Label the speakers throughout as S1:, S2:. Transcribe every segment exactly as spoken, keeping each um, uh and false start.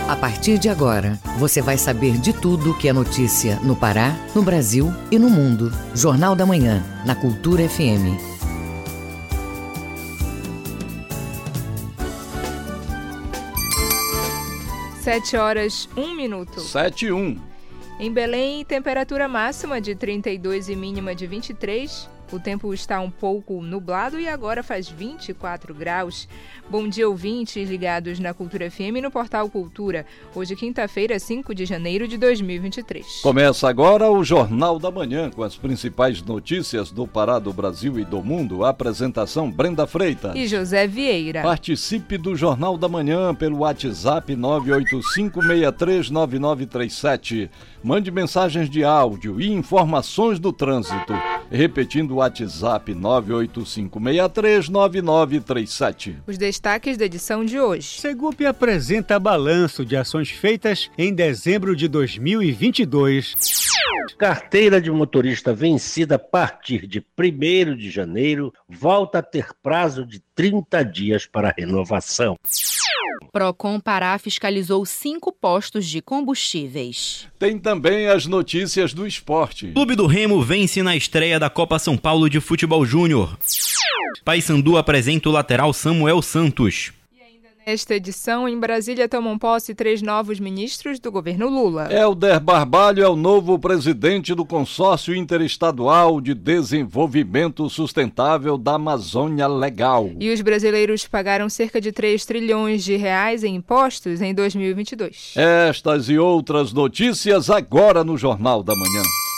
S1: A partir de agora, você vai saber de tudo que é notícia no Pará, no Brasil e no mundo. Jornal da Manhã, na Cultura F M.
S2: Sete horas, um minuto.
S3: Sete e um.
S2: Em Belém, temperatura máxima de trinta e dois e mínima de vinte e três. O tempo está um pouco nublado e agora faz vinte e quatro graus. Bom dia, ouvintes ligados na Cultura F M e no Portal Cultura. Hoje, quinta-feira, cinco de janeiro de dois mil e vinte e três.
S3: Começa agora o Jornal da Manhã com as principais notícias do Pará, do Brasil e do mundo. A apresentação Brenda Freitas
S2: e José Vieira.
S3: Participe do Jornal da Manhã pelo WhatsApp nove oito cinco, seis três nove nove três sete. Mande mensagens de áudio e informações do trânsito. Repetindo o WhatsApp nove oito cinco, seis três nove nove três sete.
S2: Os destaques da edição de hoje.
S4: Segup apresenta balanço de ações feitas em dezembro de dois mil e vinte e dois.
S5: Carteira de motorista vencida a partir de primeiro de janeiro volta a ter prazo de trinta dias para renovação.
S6: Procon Pará fiscalizou cinco postos de combustíveis.
S3: Tem também as notícias do esporte.
S7: Clube do Remo vence na estreia da Copa São Paulo de Futebol Júnior. Paysandu apresenta o lateral Samuel Santos.
S2: Nesta edição, em Brasília, tomam posse três novos ministros do governo Lula.
S3: Helder Barbalho é o novo presidente do Consórcio Interestadual de Desenvolvimento Sustentável da Amazônia Legal.
S2: E os brasileiros pagaram cerca de três trilhões de reais em impostos em dois mil e vinte e dois.
S3: Estas e outras notícias agora no Jornal da Manhã.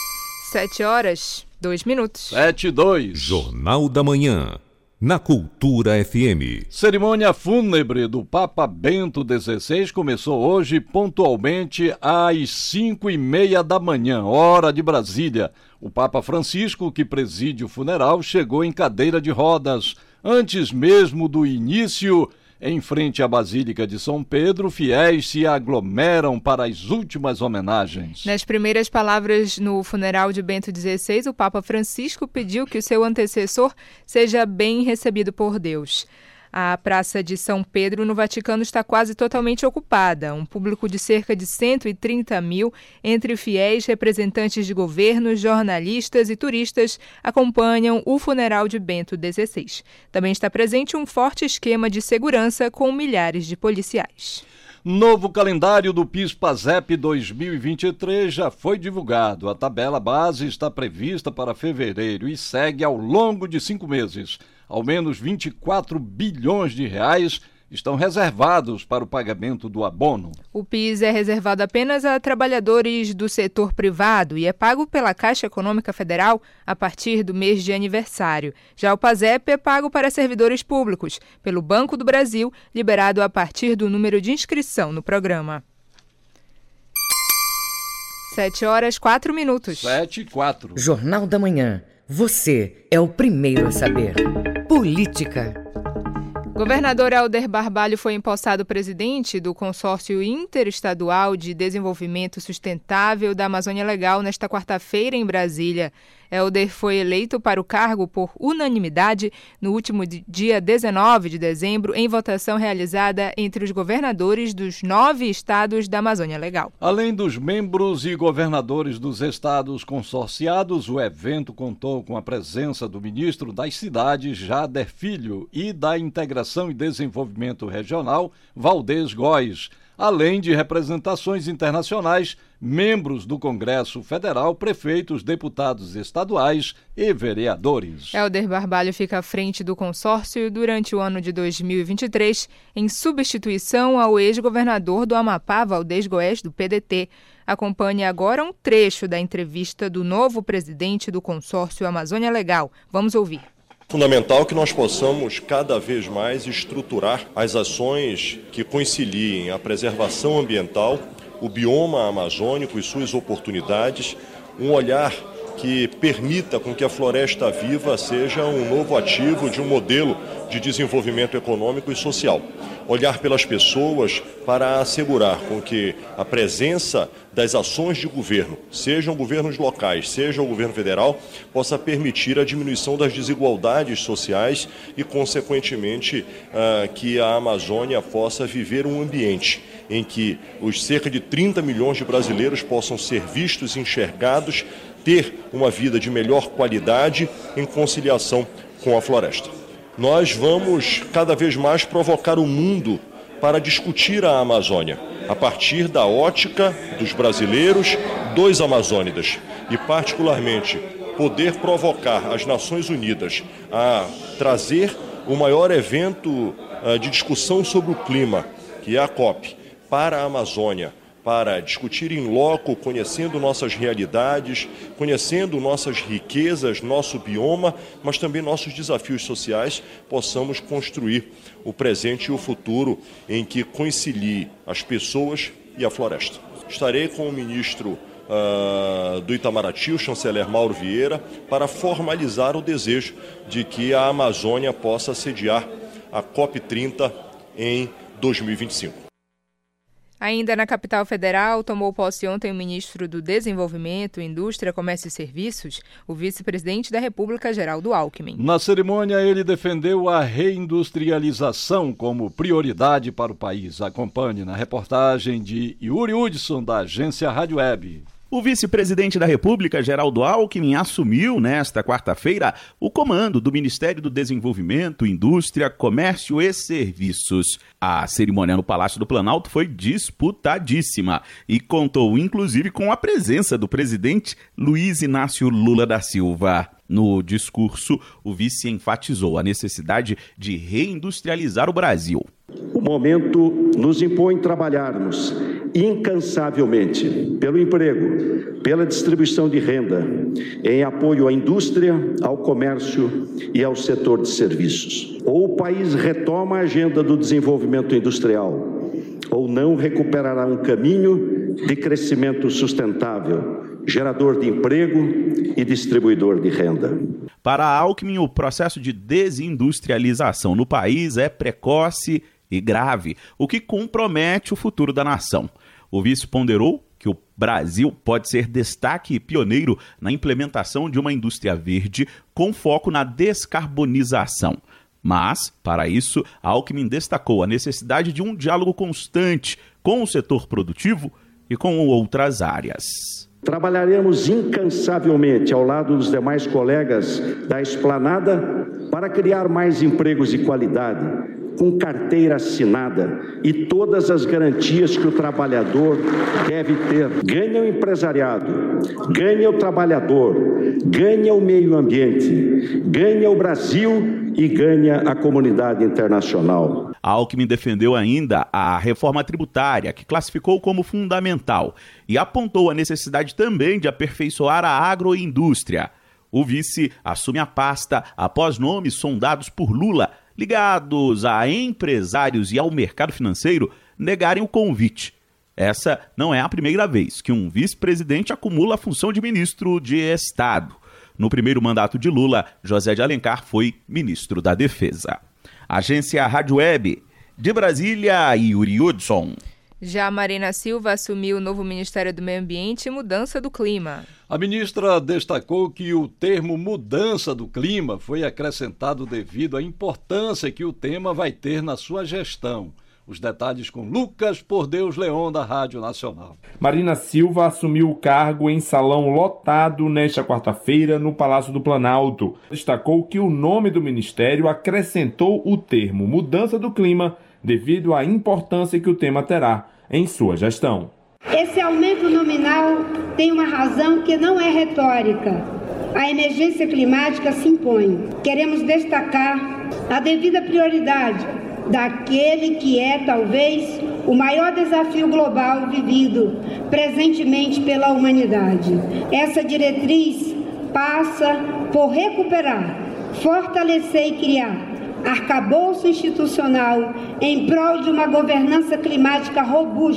S2: Sete horas, dois minutos.
S3: Sete e dois.
S8: Jornal da Manhã. Na Cultura F M.
S3: Cerimônia fúnebre do Papa Bento dezesseis começou hoje pontualmente às cinco e meia da manhã, hora de Brasília. O Papa Francisco, que preside o funeral, chegou em cadeira de rodas. Antes mesmo do início, em frente à Basílica de São Pedro, fiéis se aglomeram para as últimas homenagens.
S2: Nas primeiras palavras no funeral de Bento dezesseis, o Papa Francisco pediu que o seu antecessor seja bem recebido por Deus. A Praça de São Pedro, no Vaticano, está quase totalmente ocupada. Um público de cerca de cento e trinta mil, entre fiéis, representantes de governos, jornalistas e turistas, acompanham o funeral de Bento dezesseis. Também está presente um forte esquema de segurança com milhares de policiais.
S3: Novo calendário do PIS/PASEP dois mil e vinte e três já foi divulgado. A tabela base está prevista para fevereiro e segue ao longo de cinco meses. Ao menos vinte e quatro bilhões de reais estão reservados para o pagamento do abono.
S2: O PIS é reservado apenas a trabalhadores do setor privado e é pago pela Caixa Econômica Federal a partir do mês de aniversário. Já o PASEP é pago para servidores públicos, pelo Banco do Brasil, liberado a partir do número de inscrição no programa. Sete horas, quatro minutos.
S3: Sete e quatro.
S1: Jornal da Manhã. Você é o primeiro a saber. Política.
S2: Governador Helder Barbalho foi empossado presidente do Consórcio Interestadual de Desenvolvimento Sustentável da Amazônia Legal nesta quarta-feira em Brasília. Helder foi eleito para o cargo por unanimidade no último dia dezenove de dezembro, em votação realizada entre os governadores dos nove estados da Amazônia Legal.
S3: Além dos membros e governadores dos estados consorciados, o evento contou com a presença do ministro das Cidades, Jader Filho, e da Integração e Desenvolvimento Regional, Valdez Góes, além de representações internacionais, membros do Congresso Federal, prefeitos, deputados estaduais e vereadores.
S2: Helder Barbalho fica à frente do consórcio durante o ano de dois mil e vinte e três, em substituição ao ex-governador do Amapá, Valdez Góes, do P D T. Acompanhe agora um trecho da entrevista do novo presidente do consórcio Amazônia Legal. Vamos ouvir.
S9: Fundamental que nós possamos cada vez mais estruturar as ações que conciliem a preservação ambiental, o bioma amazônico e suas oportunidades, um olhar que permita com que a floresta viva seja um novo ativo de um modelo de desenvolvimento econômico e social. olhar pelas pessoas para assegurar com que a presença das ações de governo, sejam governos locais, seja o governo federal, possa permitir a diminuição das desigualdades sociais e, consequentemente, que a Amazônia possa viver um ambiente em que os cerca de trinta milhões de brasileiros possam ser vistos e enxergados, ter uma vida de melhor qualidade em conciliação com a floresta. Nós vamos cada vez mais provocar o mundo para discutir a Amazônia, a partir da ótica dos brasileiros, dos amazônidas, e particularmente poder provocar as Nações Unidas a trazer o maior evento uh, de discussão sobre o clima, que é a COP, para a Amazônia, para discutir em loco, conhecendo nossas realidades, conhecendo nossas riquezas, nosso bioma, mas também nossos desafios sociais, possamos construir o presente e o futuro em que concilie as pessoas e a floresta. Estarei com o ministro uh, do Itamaraty, o chanceler Mauro Vieira, para formalizar o desejo de que a Amazônia possa sediar a COP trinta em dois mil e vinte e cinco.
S2: Ainda na capital federal, tomou posse ontem o ministro do Desenvolvimento, Indústria, Comércio e Serviços, o vice-presidente da República, Geraldo Alckmin.
S3: Na cerimônia, ele defendeu a reindustrialização como prioridade para o país. Acompanhe na reportagem de Yuri Hudson, da agência Rádio Web.
S10: O vice-presidente da República, Geraldo Alckmin, assumiu nesta quarta-feira o comando do Ministério do Desenvolvimento, Indústria, Comércio e Serviços. A cerimônia no Palácio do Planalto foi disputadíssima e contou inclusive com a presença do presidente Luiz Inácio Lula da Silva. No discurso, o vice enfatizou a necessidade de reindustrializar o Brasil.
S11: O momento nos impõe trabalharmos incansavelmente pelo emprego, pela distribuição de renda, em apoio à indústria, ao comércio e ao setor de serviços. Ou o país retoma a agenda do desenvolvimento industrial, ou não recuperará um caminho de crescimento sustentável, gerador de emprego e distribuidor de renda.
S10: Para Alckmin, o processo de desindustrialização no país é precoce e grave, o que compromete o futuro da nação. O vice ponderou que o Brasil pode ser destaque e pioneiro na implementação de uma indústria verde com foco na descarbonização. Mas, para isso, Alckmin destacou a necessidade de um diálogo constante com o setor produtivo e com outras áreas.
S11: Trabalharemos incansavelmente ao lado dos demais colegas da Esplanada para criar mais empregos de qualidade, com carteira assinada e todas as garantias que o trabalhador deve ter. Ganha o empresariado, ganha o trabalhador, ganha o meio ambiente, ganha o Brasil e ganha a comunidade internacional.
S10: Alckmin defendeu ainda a reforma tributária, que classificou como fundamental, e apontou a necessidade também de aperfeiçoar a agroindústria. O vice assume a pasta após nomes sondados por Lula, ligados a empresários e ao mercado financeiro, negarem o convite. Essa não é a primeira vez que um vice-presidente acumula a função de ministro de Estado. No primeiro mandato de Lula, José de Alencar foi ministro da Defesa. Agência Rádio Web, de Brasília, Yuri Hudson.
S2: Já Marina Silva assumiu o novo Ministério do Meio Ambiente e Mudança do Clima.
S3: A ministra destacou que o termo mudança do clima foi acrescentado devido à importância que o tema vai ter na sua gestão. Os detalhes com Lucas Por Deus Leon, da Rádio Nacional.
S12: Marina Silva assumiu o cargo em salão lotado nesta quarta-feira no Palácio do Planalto. Destacou que o nome do ministério acrescentou o termo mudança do clima devido à importância que o tema terá em sua gestão.
S13: Esse aumento nominal tem uma razão que não é retórica. A emergência climática se impõe. Queremos destacar a devida prioridade daquele que é, talvez, o maior desafio global vivido presentemente pela humanidade. Essa diretriz passa por recuperar, fortalecer e criar arcabouço institucional em prol de uma governança climática robusta.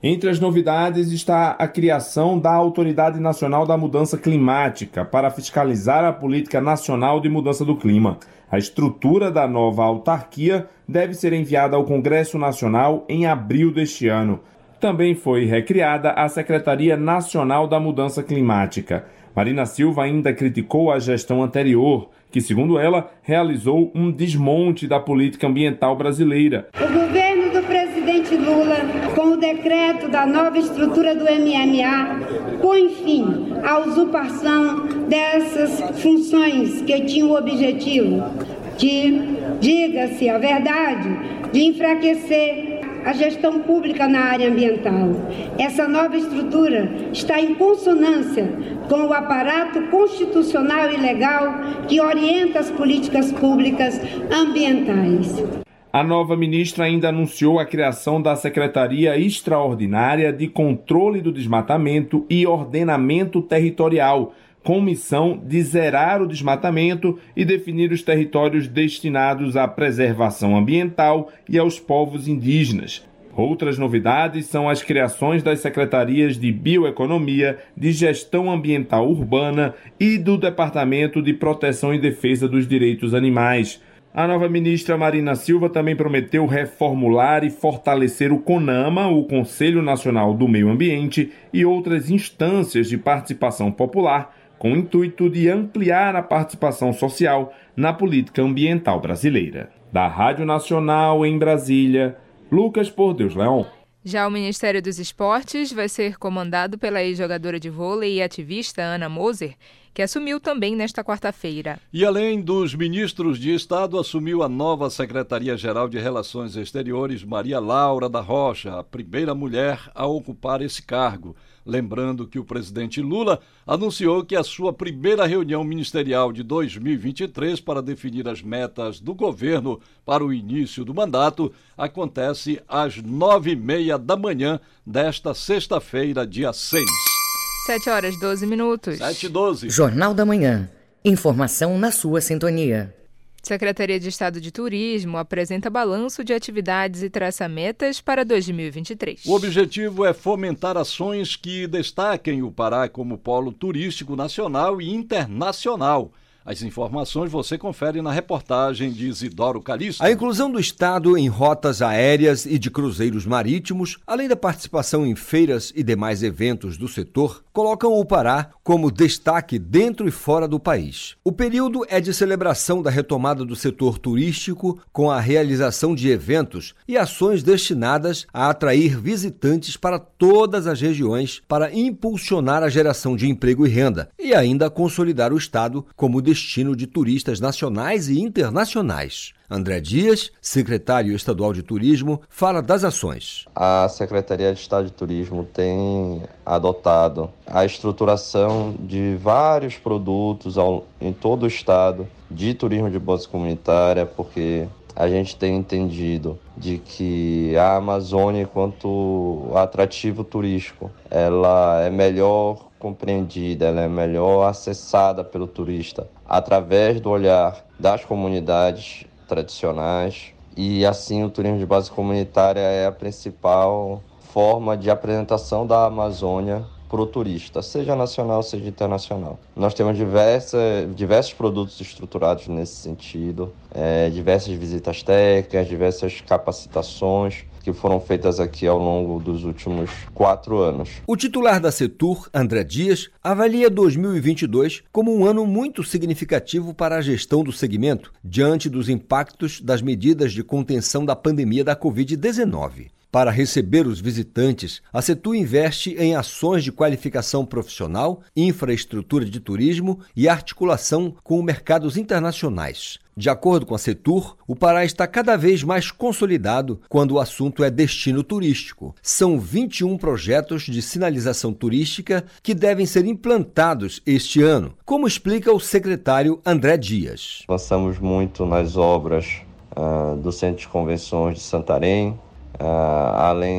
S12: Entre as novidades está a criação da Autoridade Nacional da Mudança Climática para fiscalizar a política nacional de mudança do clima. A estrutura da nova autarquia deve ser enviada ao Congresso Nacional em abril deste ano. Também foi recriada a Secretaria Nacional da Mudança Climática. Marina Silva ainda criticou a gestão anterior, que, segundo ela, realizou um desmonte da política ambiental brasileira.
S13: O governo do presidente Lula, com o decreto da nova estrutura do M M A, põe fim à usurpação dessas funções que tinham o objetivo de, diga-se a verdade, de enfraquecer a gestão pública na área ambiental. Essa nova estrutura está em consonância com o aparato constitucional e legal que orienta as políticas públicas ambientais.
S12: A nova ministra ainda anunciou a criação da Secretaria Extraordinária de Controle do Desmatamento e Ordenamento Territorial, com missão de zerar o desmatamento e definir os territórios destinados à preservação ambiental e aos povos indígenas. Outras novidades são as criações das secretarias de Bioeconomia, de Gestão Ambiental Urbana e do Departamento de Proteção e Defesa dos Direitos Animais. A nova ministra Marina Silva também prometeu reformular e fortalecer o CONAMA, o Conselho Nacional do Meio Ambiente, e outras instâncias de participação popular, com o intuito de ampliar a participação social na política ambiental brasileira. Da Rádio Nacional em Brasília, Lucas Por Deus Leão.
S2: Já o Ministério dos Esportes vai ser comandado pela ex-jogadora de vôlei e ativista Ana Moser, que assumiu também nesta quarta-feira.
S3: E além dos ministros de Estado, assumiu a nova Secretaria-Geral de Relações Exteriores Maria Laura da Rocha, a primeira mulher a ocupar esse cargo. Lembrando que o presidente Lula anunciou que a sua primeira reunião ministerial de dois mil e vinte e três para definir as metas do governo para o início do mandato acontece às nove e meia da manhã desta sexta-feira, dia seis.
S2: sete horas e doze minutos.
S3: sete e doze.
S1: Jornal da Manhã. Informação na sua sintonia.
S2: Secretaria de Estado de Turismo apresenta balanço de atividades e traça metas para dois mil e vinte e três.
S3: O objetivo é fomentar ações que destaquem o Pará como polo turístico nacional e internacional. As informações você confere na reportagem de Isidoro Calixto.
S14: A inclusão do Estado em rotas aéreas e de cruzeiros marítimos, além da participação em feiras e demais eventos do setor, colocam o Pará como destaque dentro e fora do país. O período é de celebração da retomada do setor turístico, com a realização de eventos e ações destinadas a atrair visitantes para todas as regiões para impulsionar a geração de emprego e renda e ainda consolidar o Estado como destino de turistas nacionais e internacionais. André Dias, secretário estadual de Turismo, fala das ações.
S15: A Secretaria de Estado de Turismo tem adotado a estruturação de vários produtos ao, em todo o estado de turismo de base comunitária, porque a gente tem entendido de que a Amazônia, enquanto atrativo turístico, ela é melhor compreendida, ela é melhor acessada pelo turista através do olhar das comunidades tradicionais, e assim o turismo de base comunitária é a principal forma de apresentação da Amazônia para o turista, seja nacional, seja internacional. Nós temos diversa, diversos produtos estruturados nesse sentido, é, diversas visitas técnicas, diversas capacitações que foram feitas aqui ao longo dos últimos quatro anos.
S14: O titular da Setur, André Dias, avalia dois mil e vinte e dois como um ano muito significativo para a gestão do segmento, diante dos impactos das medidas de contenção da pandemia da covid dezenove. Para receber os visitantes, a Setur investe em ações de qualificação profissional, infraestrutura de turismo e articulação com mercados internacionais. De acordo com a Setur, o Pará está cada vez mais consolidado quando o assunto é destino turístico. São vinte e um projetos de sinalização turística que devem ser implantados este ano, como explica o secretário André Dias.
S15: Avançamos muito nas obras uh, do Centro de Convenções de Santarém, Uh, além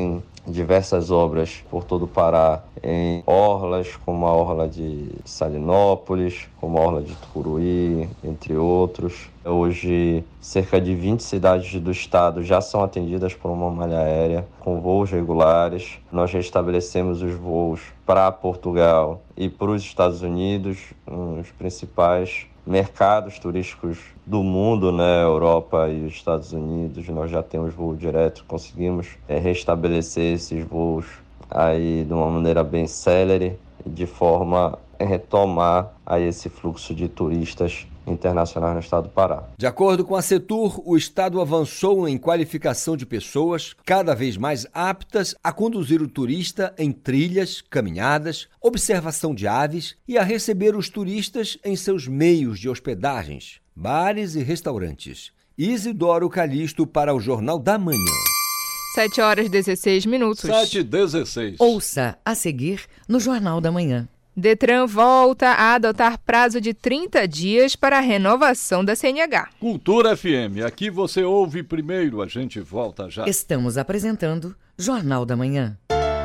S15: diversas obras por todo o Pará, em orlas, como a orla de Salinópolis, como a orla de Tucuruí, entre outros. Hoje, cerca de vinte cidades do estado já são atendidas por uma malha aérea, com voos regulares. Nós restabelecemos os voos para Portugal e para os Estados Unidos, os principais mercados turísticos do mundo, né, Europa e os Estados Unidos. Nós já temos voo direto, conseguimos é, restabelecer esses voos aí de uma maneira bem célere, de forma a retomar aí esse fluxo de turistas internacionais no estado do Pará.
S14: De acordo com a Setur, o estado avançou em qualificação de pessoas cada vez mais aptas a conduzir o turista em trilhas, caminhadas, observação de aves e a receber os turistas em seus meios de hospedagens, bares e restaurantes. Isidoro Calixto para o Jornal da Manhã.
S2: sete horas e dezesseis minutos.
S3: sete e dezesseis.
S1: Ouça a seguir no Jornal da Manhã.
S2: Detran volta a adotar prazo de trinta dias para a renovação da C N H.
S3: Cultura F M, aqui você ouve primeiro, a gente volta já.
S1: Estamos apresentando Jornal da Manhã.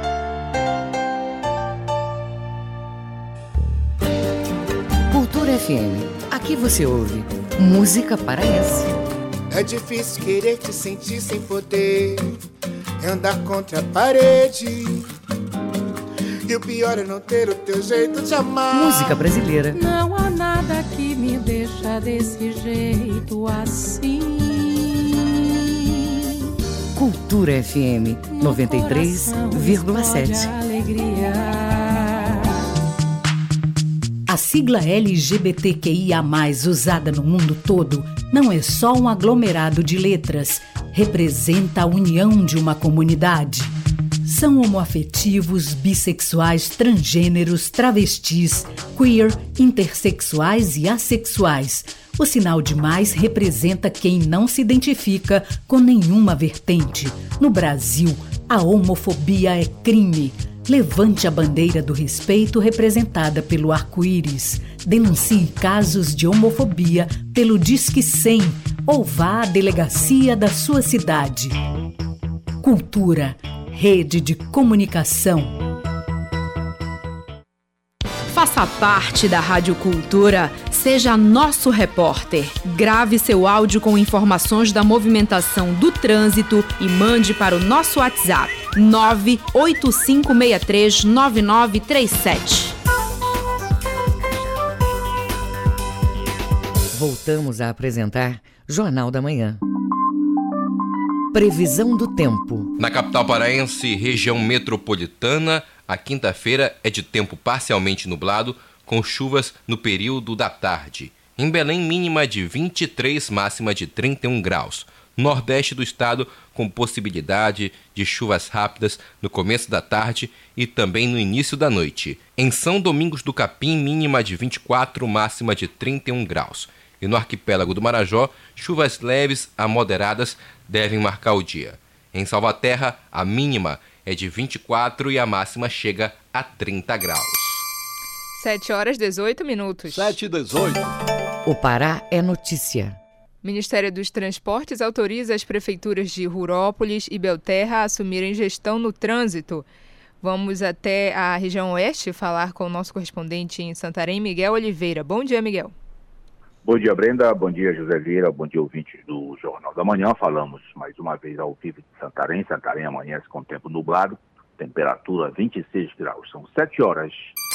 S1: Cultura F M, aqui você ouve música paraense.
S16: É difícil querer te sentir sem poder, é andar contra a parede. E o pior é não ter o teu jeito de amar.
S1: Música brasileira.
S17: Não há nada que me deixa desse jeito assim.
S1: Cultura F M noventa e três vírgula sete.
S18: A sigla L G B T Q I A mais, usada no mundo todo, não é só um aglomerado de letras. Representa a união de uma comunidade. São homoafetivos, bissexuais, transgêneros, travestis, queer, intersexuais e assexuais. O sinal de mais representa quem não se identifica com nenhuma vertente. No Brasil, a homofobia é crime. Levante a bandeira do respeito representada pelo arco-íris. Denuncie casos de homofobia pelo Disque cem ou vá à delegacia da sua cidade. Cultura. Rede de comunicação.
S6: Faça parte da Rádio Cultura. Seja nosso repórter. Grave seu áudio com informações da movimentação do trânsito e mande para o nosso WhatsApp nove oito cinco seis três nove nove três sete.
S1: Voltamos a apresentar Jornal da Manhã. Previsão do tempo.
S19: Na capital paraense, região metropolitana, a quinta-feira é de tempo parcialmente nublado, com chuvas no período da tarde. Em Belém, mínima de vinte e três, máxima de trinta e um graus. Nordeste do estado, com possibilidade de chuvas rápidas no começo da tarde e também no início da noite. Em São Domingos do Capim, mínima de vinte e quatro, máxima de trinta e um graus. E no arquipélago do Marajó, chuvas leves a moderadas devem marcar o dia. Em Salvaterra, a mínima é de vinte e quatro e a máxima chega a trinta graus.
S2: sete horas e dezoito minutos.
S3: sete e dezoito.
S1: O Pará é notícia.
S2: Ministério dos Transportes autoriza as prefeituras de Rurópolis e Belterra a assumirem gestão no trânsito. Vamos até a região oeste falar com o nosso correspondente em Santarém, Miguel Oliveira. Bom dia, Miguel.
S20: Bom dia, Brenda. Bom dia, José Vieira. Bom dia, ouvintes do Jornal da Manhã. Falamos mais uma vez ao vivo de Santarém. Santarém amanhece com tempo nublado, temperatura vinte e seis graus. São sete horas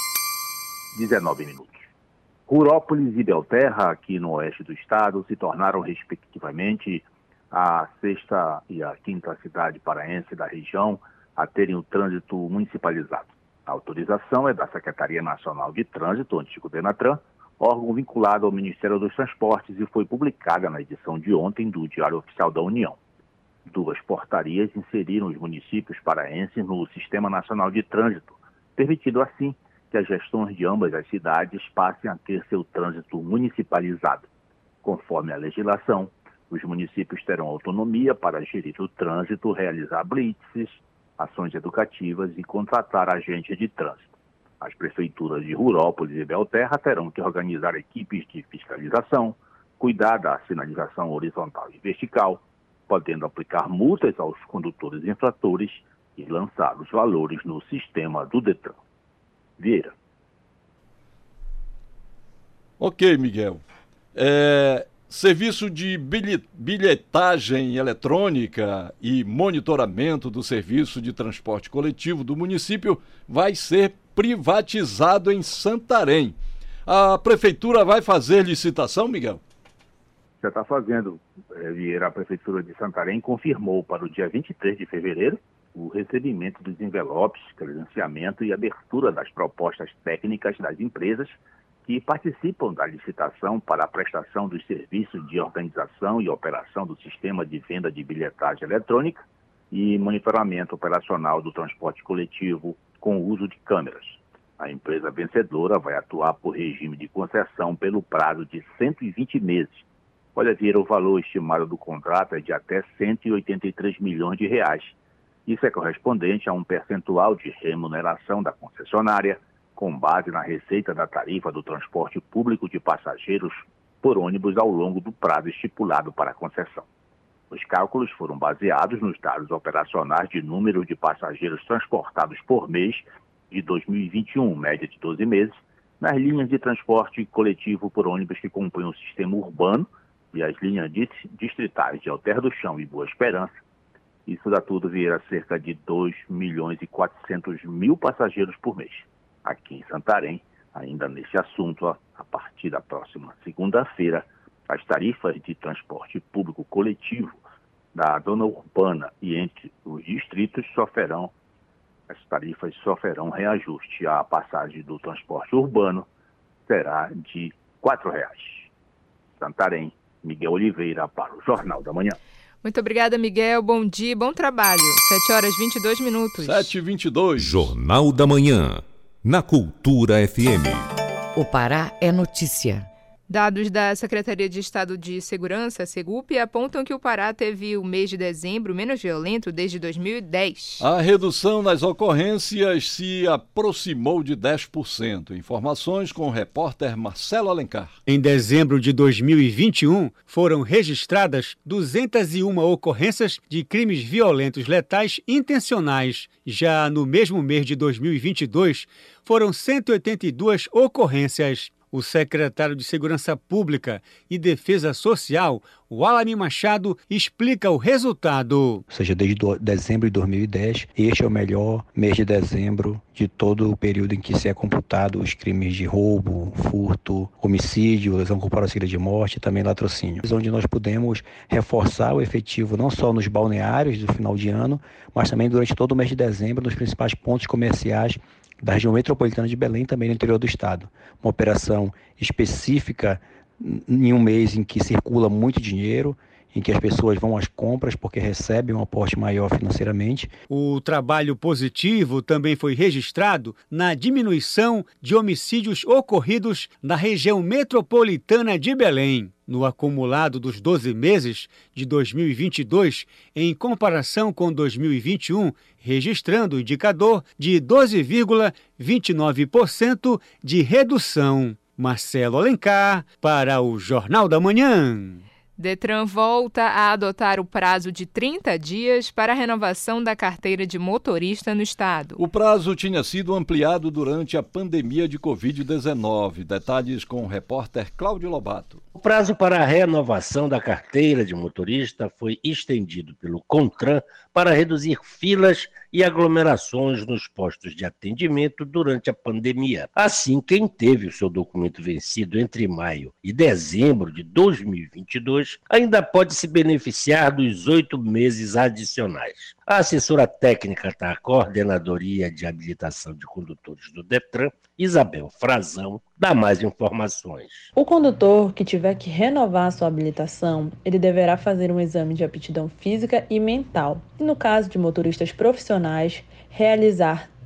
S20: e dezenove minutos. Rurópolis e Belterra, aqui no oeste do estado, se tornaram, respectivamente, a sexta e a quinta cidade paraense da região a terem o trânsito municipalizado. A autorização é da Secretaria Nacional de Trânsito, antigo Denatran, órgão vinculado ao Ministério dos Transportes, e foi publicada na edição de ontem do Diário Oficial da União. Duas portarias inseriram os municípios paraenses no Sistema Nacional de Trânsito, permitindo assim que as gestões de ambas as cidades passem a ter seu trânsito municipalizado. Conforme a legislação, os municípios terão autonomia para gerir o trânsito, realizar blitzes, ações educativas e contratar agentes de trânsito. As prefeituras de Rurópolis e Belterra terão que organizar equipes de fiscalização, cuidar da sinalização horizontal e vertical, podendo aplicar multas aos condutores infratores e lançar os valores no sistema do Detran. Vieira.
S3: Ok, Miguel. É, serviço de bilhetagem eletrônica e monitoramento do serviço de transporte coletivo do município vai ser privatizado em Santarém. A prefeitura vai fazer licitação, Miguel?
S20: Já está fazendo, Vieira. A Prefeitura de Santarém confirmou para o dia vinte e três de fevereiro o recebimento dos envelopes, credenciamento e abertura das propostas técnicas das empresas que participam da licitação para a prestação dos serviços de organização e operação do sistema de venda de bilhetagem eletrônica e monitoramento operacional do transporte coletivo com o uso de câmeras. A empresa vencedora vai atuar por regime de concessão pelo prazo de cento e vinte meses. Olha, Vieira, o valor estimado do contrato é de até cento e oitenta e três milhões de reais. Isso é correspondente a um percentual de remuneração da concessionária, com base na receita da tarifa do transporte público de passageiros por ônibus ao longo do prazo estipulado para a concessão. Os cálculos foram baseados nos dados operacionais de número de passageiros transportados por mês de dois mil e vinte e um, média de doze meses, nas linhas de transporte coletivo por ônibus que compõem o sistema urbano e as linhas distritais de Alter do Chão e Boa Esperança. Isso dá tudo, Vieira, cerca de dois milhões e quatrocentos mil passageiros por mês. Aqui em Santarém, ainda nesse assunto, a partir da próxima segunda-feira, as tarifas de transporte público coletivo da zona urbana e entre os distritos sofrerão, as tarifas sofrerão reajuste. A passagem do transporte urbano será de quatro reais. Santarém, Miguel Oliveira para o Jornal da Manhã.
S2: Muito obrigada, Miguel. Bom dia e bom trabalho. sete horas e vinte e dois minutos.
S3: sete e vinte e dois.
S8: Jornal da Manhã, na Cultura F M.
S1: O Pará é notícia.
S2: Dados da Secretaria de Estado de Segurança, Segup, apontam que o Pará teve o mês de dezembro menos violento desde dois mil e dez.
S3: A redução nas ocorrências se aproximou de dez por cento. Informações com o repórter Marcelo Alencar.
S4: Em dezembro de dois mil e vinte e um, foram registradas duzentas e uma ocorrências de crimes violentos letais intencionais. Já no mesmo mês de dois mil e vinte e dois, foram cento e oitenta e duas ocorrências. O secretário de Segurança Pública e Defesa Social, Walami Machado, explica o resultado.
S21: Ou seja, desde dezembro de dois mil e dez, este é o melhor mês de dezembro de todo o período em que se é computado os crimes de roubo, furto, homicídio, lesão corporal seguida de morte e também latrocínio. Onde nós pudemos reforçar o efetivo não só nos balneários do final de ano, mas também durante todo o mês de dezembro nos principais pontos comerciais da região metropolitana de Belém, também no interior do estado. Uma operação específica em um mês em que circula muito dinheiro, em que as pessoas vão às compras porque recebem um aporte maior financeiramente.
S4: O trabalho positivo também foi registrado na diminuição de homicídios ocorridos na região metropolitana de Belém. No acumulado dos doze meses de dois mil e vinte e dois, em comparação com dois mil e vinte e um, registrando o indicador de doze vírgula vinte e nove por cento de redução. Marcelo Alencar, para o Jornal da Manhã.
S2: Detran volta a adotar o prazo de trinta dias para a renovação da carteira de motorista no estado.
S3: O prazo tinha sido ampliado durante a pandemia de covid dezenove. Detalhes com o repórter Cláudio Lobato.
S5: O prazo para a renovação da carteira de motorista foi estendido pelo CONTRAN para reduzir filas e aglomerações nos postos de atendimento durante a pandemia. Assim, quem teve o seu documento vencido entre maio e dezembro de dois mil e vinte e dois ainda pode se beneficiar dos oito meses adicionais. A assessora técnica da Coordenadoria de Habilitação de Condutores do Detran, Isabel Frazão, dá mais informações.
S22: O condutor que tiver que renovar a sua habilitação, ele deverá fazer um exame de aptidão física e mental. E no caso de motoristas profissionais, realizar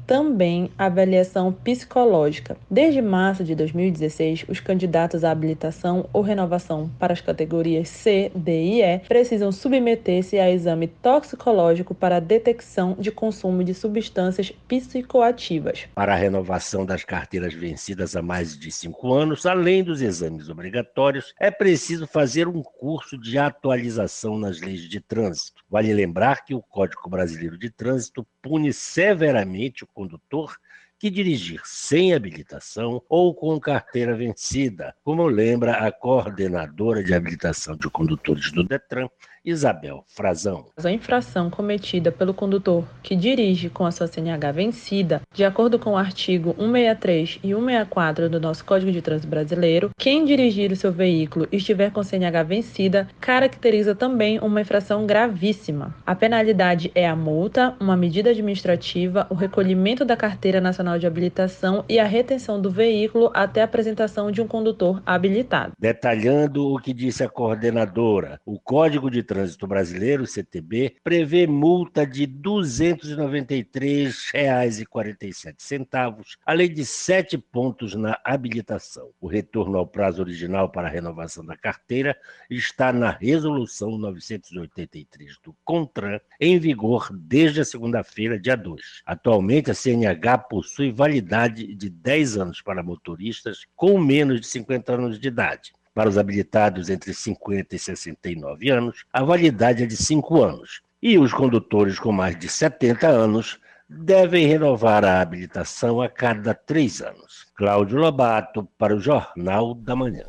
S22: também avaliação psicológica. Desde março de dois mil e dezesseis, os candidatos à habilitação ou renovação para as categorias C, D e E precisam submeter-se a exame toxicológico para a detecção de consumo de substâncias psicoativas.
S5: Para a renovação das carteiras vencidas há mais de cinco anos, além dos exames obrigatórios, é preciso fazer um curso de atualização nas leis de trânsito. Vale lembrar que o Código Brasileiro de Trânsito pune severamente o condutor que dirigir sem habilitação ou com carteira vencida, como lembra a coordenadora de habilitação de condutores do Detran, Isabel Frazão.
S22: A infração cometida pelo condutor que dirige com a sua C N H vencida, de acordo com o artigo cento e sessenta e três e cento e sessenta e quatro do nosso Código de Trânsito Brasileiro, quem dirigir o seu veículo e estiver com C N H vencida, caracteriza também uma infração gravíssima. A penalidade é a multa, uma medida administrativa, o recolhimento da Carteira Nacional de Habilitação e a retenção do veículo até a apresentação de um condutor habilitado.
S5: Detalhando o que disse a coordenadora, o Código de Trânsito Brasileiro, C T B, prevê multa de duzentos e noventa e três reais e quarenta e sete centavos, além de sete pontos na habilitação. O retorno ao prazo original para a renovação da carteira está na Resolução novecentos e oitenta e três do CONTRAN, em vigor desde a segunda-feira, dia dois. Atualmente, a C N H possui validade de dez anos para motoristas com menos de cinquenta anos de idade. Para os habilitados entre cinquenta e sessenta e nove anos, a validade é de cinco anos. E os condutores com mais de setenta anos devem renovar a habilitação a cada três anos. Cláudio Lobato, para o Jornal da Manhã.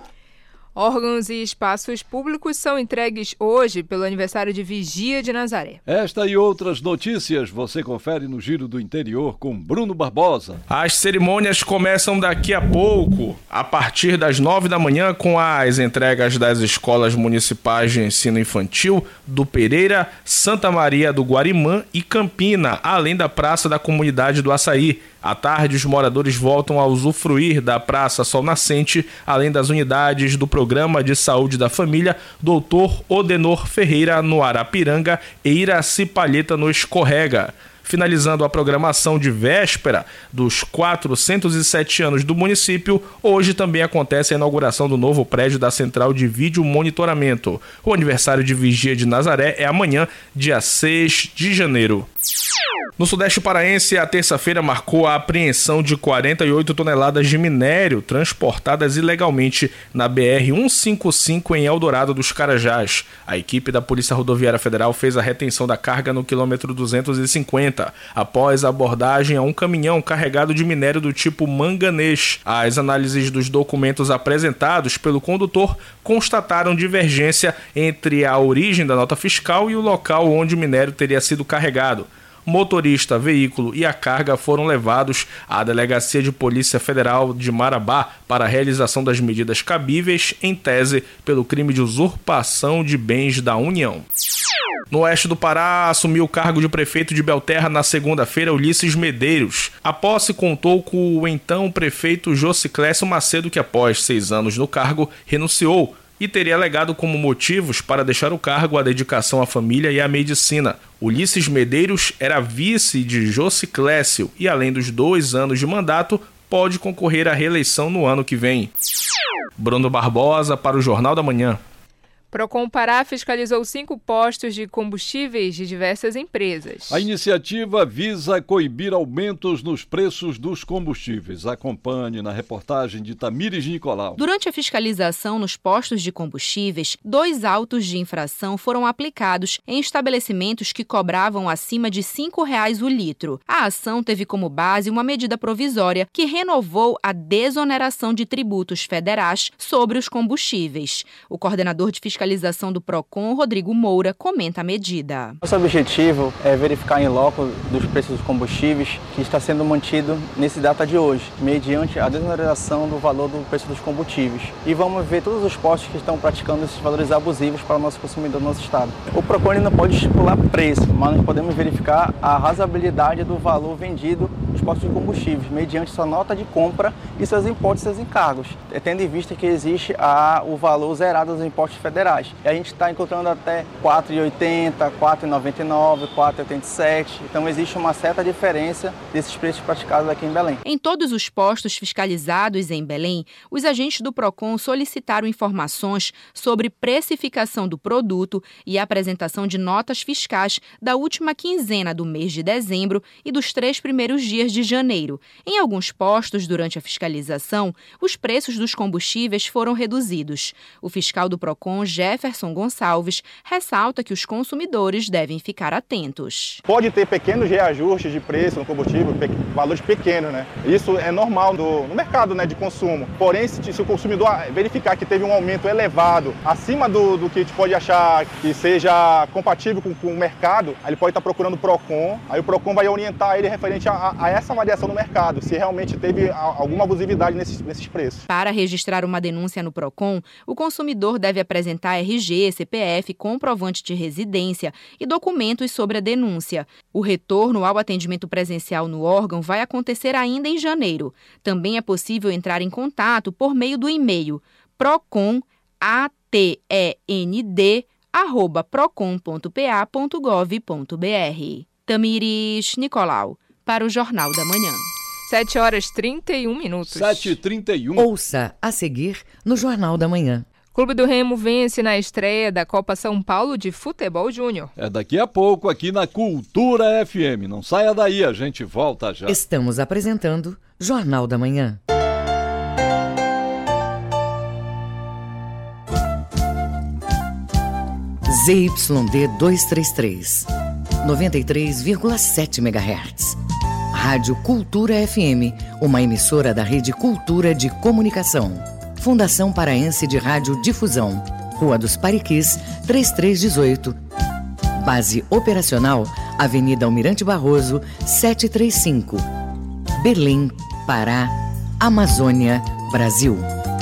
S2: Órgãos e espaços públicos são entregues hoje pelo aniversário de Vigia de Nazaré.
S3: Esta e outras notícias você confere no Giro do Interior com Bruno Barbosa.
S7: As cerimônias começam daqui a pouco, a partir das nove da manhã, com as entregas das escolas municipais de ensino infantil do Pereira, Santa Maria do Guarimã e Campina, além da Praça da Comunidade do Açaí. À tarde, os moradores voltam a usufruir da Praça Sol Nascente, além das unidades do Programa de Saúde da Família, doutor Odenor Ferreira, no Arapiranga, e Iraci Palheta, no Escorrega. Finalizando a programação de véspera dos quatrocentos e sete anos do município, hoje também acontece a inauguração do novo prédio da Central de Vídeo Monitoramento. O aniversário de Vigia de Nazaré é amanhã, dia seis de janeiro. No Sudeste Paraense, a terça-feira marcou a apreensão de quarenta e oito toneladas de minério transportadas ilegalmente na B R cento e cinquenta e cinco em Eldorado dos Carajás. A equipe da Polícia Rodoviária Federal fez a retenção da carga no quilômetro duzentos e cinquenta, após a abordagem a um caminhão carregado de minério do tipo manganês. As análises dos documentos apresentados pelo condutor constataram divergência entre a origem da nota fiscal e o local onde o minério teria sido carregado. Motorista, veículo e a carga foram levados à Delegacia de Polícia Federal de Marabá para a realização das medidas cabíveis, em tese, pelo crime de usurpação de bens da União. No oeste do Pará, assumiu o cargo de prefeito de Belterra na segunda-feira Ulisses Medeiros. A posse contou com o então prefeito Josiclésio Macedo, que após seis anos no cargo, renunciou e teria alegado como motivos para deixar o cargo a dedicação à família e à medicina. Ulisses Medeiros era vice de Josiclésio e, além dos dois anos de mandato, pode concorrer à reeleição no ano que vem. Bruno Barbosa para o Jornal da Manhã.
S2: Procon Pará fiscalizou cinco postos de combustíveis de diversas empresas.
S3: A iniciativa visa coibir aumentos nos preços dos combustíveis. Acompanhe na reportagem de Tamires Nicolau.
S6: Durante a fiscalização nos postos de combustíveis, dois autos de infração foram aplicados em estabelecimentos que cobravam acima de cinco reais o litro. A ação teve como base uma medida provisória que renovou a desoneração de tributos federais sobre os combustíveis. O coordenador de fiscalização Fiscalização do Procon, Rodrigo Moura, comenta a medida.
S9: Nosso objetivo é verificar em loco dos preços dos combustíveis que está sendo mantido nesse data de hoje, mediante a desoneração do valor do preço dos combustíveis. E vamos ver todos os postos que estão praticando esses valores abusivos para o nosso consumidor do nosso estado. O Procon não pode estipular preço, mas nós podemos verificar a razoabilidade do valor vendido nos postos de combustíveis, mediante sua nota de compra e seus impostos e seus encargos, tendo em vista que existe a, o valor zerado dos impostos federais. reais. E a gente está encontrando até quatro reais e oitenta centavos, quatro reais e noventa e nove centavos, quatro reais e oitenta e sete centavos. Então existe uma certa diferença desses preços praticados aqui em Belém.
S6: Em todos os postos fiscalizados em Belém, os agentes do Procon solicitaram informações sobre precificação do produto e a apresentação de notas fiscais da última quinzena do mês de dezembro e dos três primeiros dias de janeiro. Em alguns postos, durante a fiscalização, os preços dos combustíveis foram reduzidos. O fiscal do Procon, Jefferson Gonçalves, ressalta que os consumidores devem ficar atentos.
S10: Pode ter pequenos reajustes de preço no combustível, pe- valores pequenos, né? Isso é normal do, no mercado, né, de consumo. Porém, se, se o consumidor verificar que teve um aumento elevado, acima do, do que a gente pode achar que seja compatível com, com o mercado, aí ele pode estar procurando o Procon, aí o Procon vai orientar ele referente a, a essa variação no mercado, se realmente teve a, alguma abusividade nesses, nesses preços.
S6: Para registrar uma denúncia no Procon, o consumidor deve apresentar R G, C P F, comprovante de residência e documentos sobre a denúncia. O retorno ao atendimento presencial no órgão vai acontecer ainda em janeiro. Também é possível entrar em contato por meio do e-mail procon atend arroba procon ponto p a ponto gov ponto b r. Tamires Nicolau, para o Jornal da Manhã.
S2: sete horas e trinta e um minutos.
S3: sete e trinta e um.
S1: Ouça a seguir no Jornal da Manhã.
S2: Clube do Remo vence na estreia da Copa São Paulo de Futebol Júnior.
S3: É daqui a pouco aqui na Cultura F M. Não saia daí, a gente volta já.
S1: Estamos apresentando Jornal da Manhã. Z Y D duzentos e trinta e três, noventa e três vírgula sete megahertz. Rádio Cultura F M, uma emissora da Rede Cultura de Comunicação. Fundação Paraense de Rádio Difusão. Rua dos Pariquis, trinta e três dezoito. Base operacional, Avenida Almirante Barroso, setecentos e trinta e cinco. Belém, Pará, Amazônia, Brasil.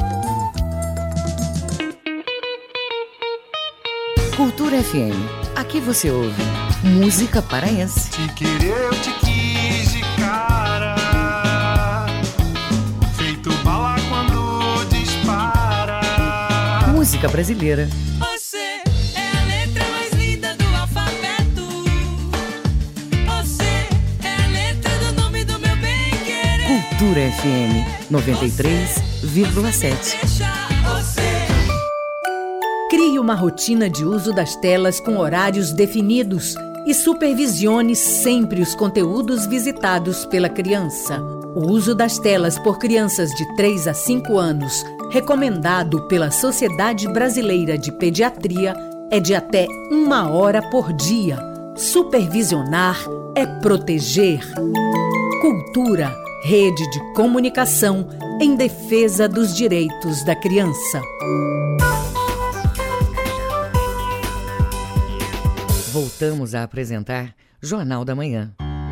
S1: Cultura F M. Aqui você ouve música paraense.
S11: Te querer, eu te quis de cara, feito bala quando dispara.
S1: Música brasileira.
S23: Você é a letra mais linda do alfabeto. Você é a letra do nome do meu bem-querer.
S1: Cultura F M noventa e três vírgula sete.
S18: Crie uma rotina de uso das telas com horários definidos e supervisione sempre os conteúdos visitados pela criança. O uso das telas por crianças de três a cinco anos, recomendado pela Sociedade Brasileira de Pediatria, é de até uma hora por dia. Supervisionar é proteger. Cultura, rede de comunicação em defesa dos direitos da criança.
S1: Voltamos a apresentar Jornal da Manhã.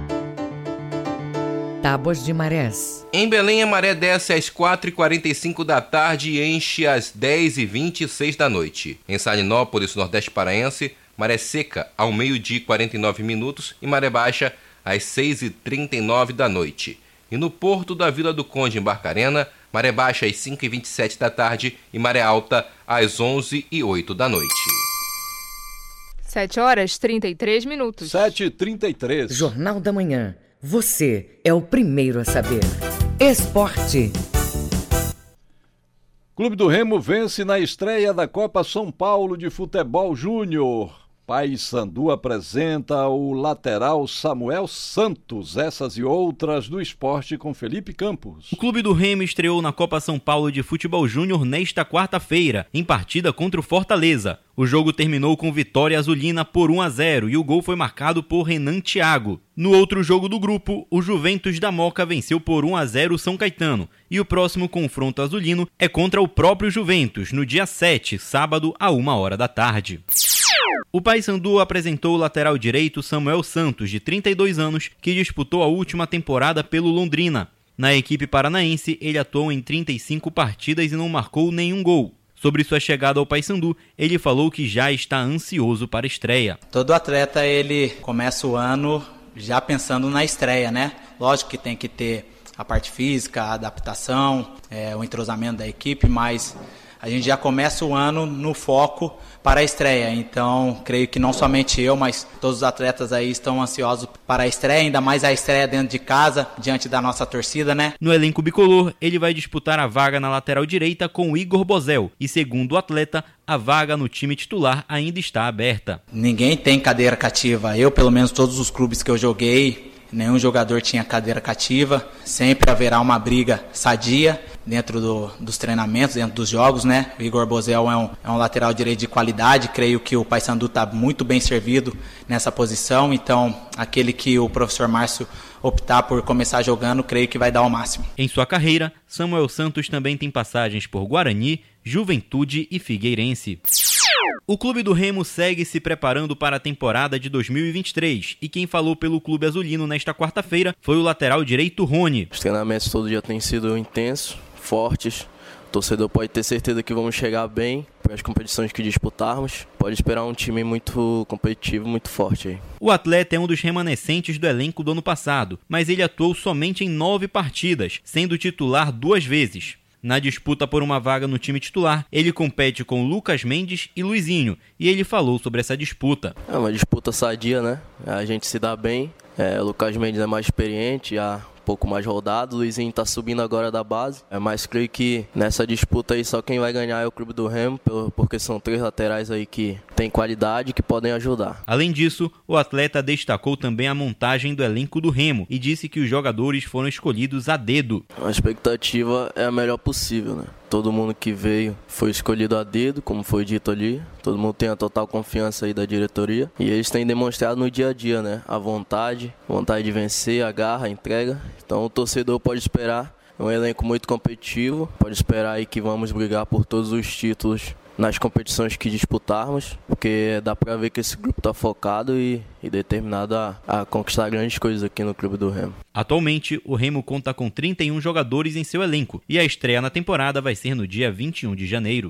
S1: Tábuas de marés.
S19: Em Belém, a maré desce às quatro e quarenta e cinco da tarde e enche às dez e vinte e seis da noite. Em Salinópolis, Nordeste Paraense, maré seca ao meio-dia e quarenta e nove minutos e maré baixa às seis e trinta e nove da noite. E no porto da Vila do Conde, em Barcarena, maré baixa às cinco e vinte e sete da tarde e maré alta às onze e oito da noite.
S2: sete horas e trinta e três minutos.
S3: sete e trinta e três.
S1: Jornal da Manhã. Você é o primeiro a saber. Esporte.
S3: Clube do Remo vence na estreia da Copa São Paulo de Futebol Júnior. Paysandu apresenta o lateral Samuel Santos. Essas e outras do esporte com Felipe Campos.
S24: O Clube do Remo estreou na Copa São Paulo de Futebol Júnior nesta quarta-feira, em partida contra o Fortaleza. O jogo terminou com vitória azulina por um a zero e o gol foi marcado por Renan Thiago. No outro jogo do grupo, o Juventus da Moca venceu por um a zero o São Caetano. E o próximo confronto azulino é contra o próprio Juventus, no dia sete, sábado, a uma hora da tarde. O Paysandu apresentou o lateral direito Samuel Santos, de trinta e dois anos, que disputou a última temporada pelo Londrina. Na equipe paranaense, ele atuou em trinta e cinco partidas e não marcou nenhum gol. Sobre sua chegada ao Paysandu, ele falou que já está ansioso para a estreia.
S25: Todo atleta, ele começa o ano já pensando na estreia, né? Lógico que tem que ter a parte física, a adaptação, é, o entrosamento da equipe, mas a gente já começa o ano no foco para a estreia. Então, creio que não somente eu, mas todos os atletas aí estão ansiosos para a estreia, ainda mais a estreia dentro de casa, diante da nossa torcida, né?
S24: No elenco bicolor, ele vai disputar a vaga na lateral direita com o Igor Bozel e, segundo o atleta, a vaga no time titular ainda está aberta.
S25: Ninguém tem cadeira cativa. Eu, pelo menos todos os clubes que eu joguei, nenhum jogador tinha cadeira cativa. Sempre haverá uma briga sadia dentro do, dos treinamentos, dentro dos jogos, né? O Igor Bozel é um, é um lateral direito de qualidade. Creio que o Paysandu está muito bem servido nessa posição. Então, aquele que o professor Márcio optar por começar jogando, creio que vai dar o máximo.
S24: Em sua carreira, Samuel Santos também tem passagens por Guarani, Juventude e Figueirense. O Clube do Remo segue se preparando para a temporada de dois mil e vinte e três e quem falou pelo Clube Azulino nesta quarta-feira foi o lateral direito Rony.
S12: Os treinamentos todo dia têm sido intensos, fortes. O torcedor pode ter certeza que vamos chegar bem para as competições que disputarmos. Pode esperar um time muito competitivo, muito forte aí.
S24: O atleta é um dos remanescentes do elenco do ano passado, mas ele atuou somente em nove partidas, sendo titular duas vezes. Na disputa por uma vaga no time titular, ele compete com Lucas Mendes e Luizinho, e ele falou sobre essa disputa.
S12: É uma disputa sadia, né? A gente se dá bem. É, o Lucas Mendes é mais experiente, já um pouco mais rodado. O Luizinho tá subindo agora da base. É, mas creio que nessa disputa aí só quem vai ganhar é o Clube do Remo, porque são três laterais aí que têm qualidade e que podem ajudar.
S24: Além disso, o atleta destacou também a montagem do elenco do Remo e disse que os jogadores foram escolhidos a dedo.
S12: A expectativa é a melhor possível, né? Todo mundo que veio foi escolhido a dedo, como foi dito ali. Todo mundo tem a total confiança aí da diretoria. E eles têm demonstrado no dia a dia, né? A vontade, vontade de vencer, a garra, a entrega. Então o torcedor pode esperar um elenco muito competitivo. Pode esperar aí que vamos brigar por todos os títulos nas competições que disputarmos, porque dá pra ver que esse grupo tá focado e, e determinado a, a conquistar grandes coisas aqui no Clube do Remo.
S24: Atualmente, o Remo conta com trinta e um jogadores em seu elenco e a estreia na temporada vai ser no dia vinte e um de janeiro.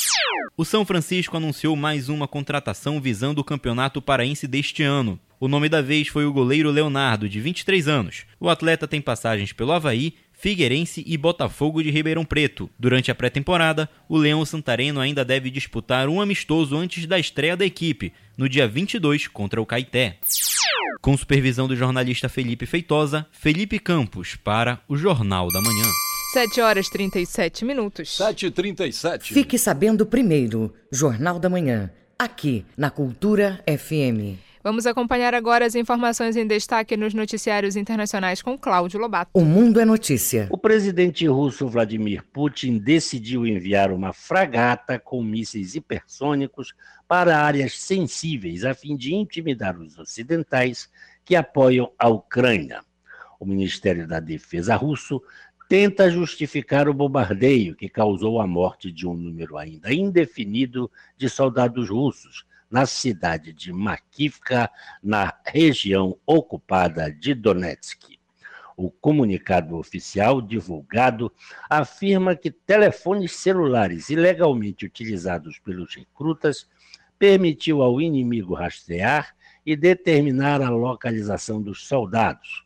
S24: O São Francisco anunciou mais uma contratação visando o Campeonato Paraense deste ano. O nome da vez foi o goleiro Leonardo, de vinte e três anos. O atleta tem passagens pelo Avaí, Figueirense e Botafogo de Ribeirão Preto. Durante a pré-temporada, o Leão Santareno ainda deve disputar um amistoso antes da estreia da equipe, no dia vinte e dois contra o Caeté. Com supervisão do jornalista Felipe Feitosa, Felipe Campos para o Jornal da Manhã.
S2: sete horas e trinta e sete minutos.
S3: sete e trinta e sete.
S1: Fique sabendo primeiro, Jornal da Manhã, aqui na Cultura F M.
S2: Vamos acompanhar agora as informações em destaque nos noticiários internacionais com Cláudio Lobato.
S1: O Mundo é Notícia.
S5: O presidente russo Vladimir Putin decidiu enviar uma fragata com mísseis hipersônicos para áreas sensíveis, a fim de intimidar os ocidentais que apoiam a Ucrânia. O Ministério da Defesa russo tenta justificar o bombardeio que causou a morte de um número ainda indefinido de soldados russos na cidade de Makivka, na região ocupada de Donetsk. O comunicado oficial divulgado afirma que telefones celulares ilegalmente utilizados pelos recrutas permitiu ao inimigo rastrear e determinar a localização dos soldados.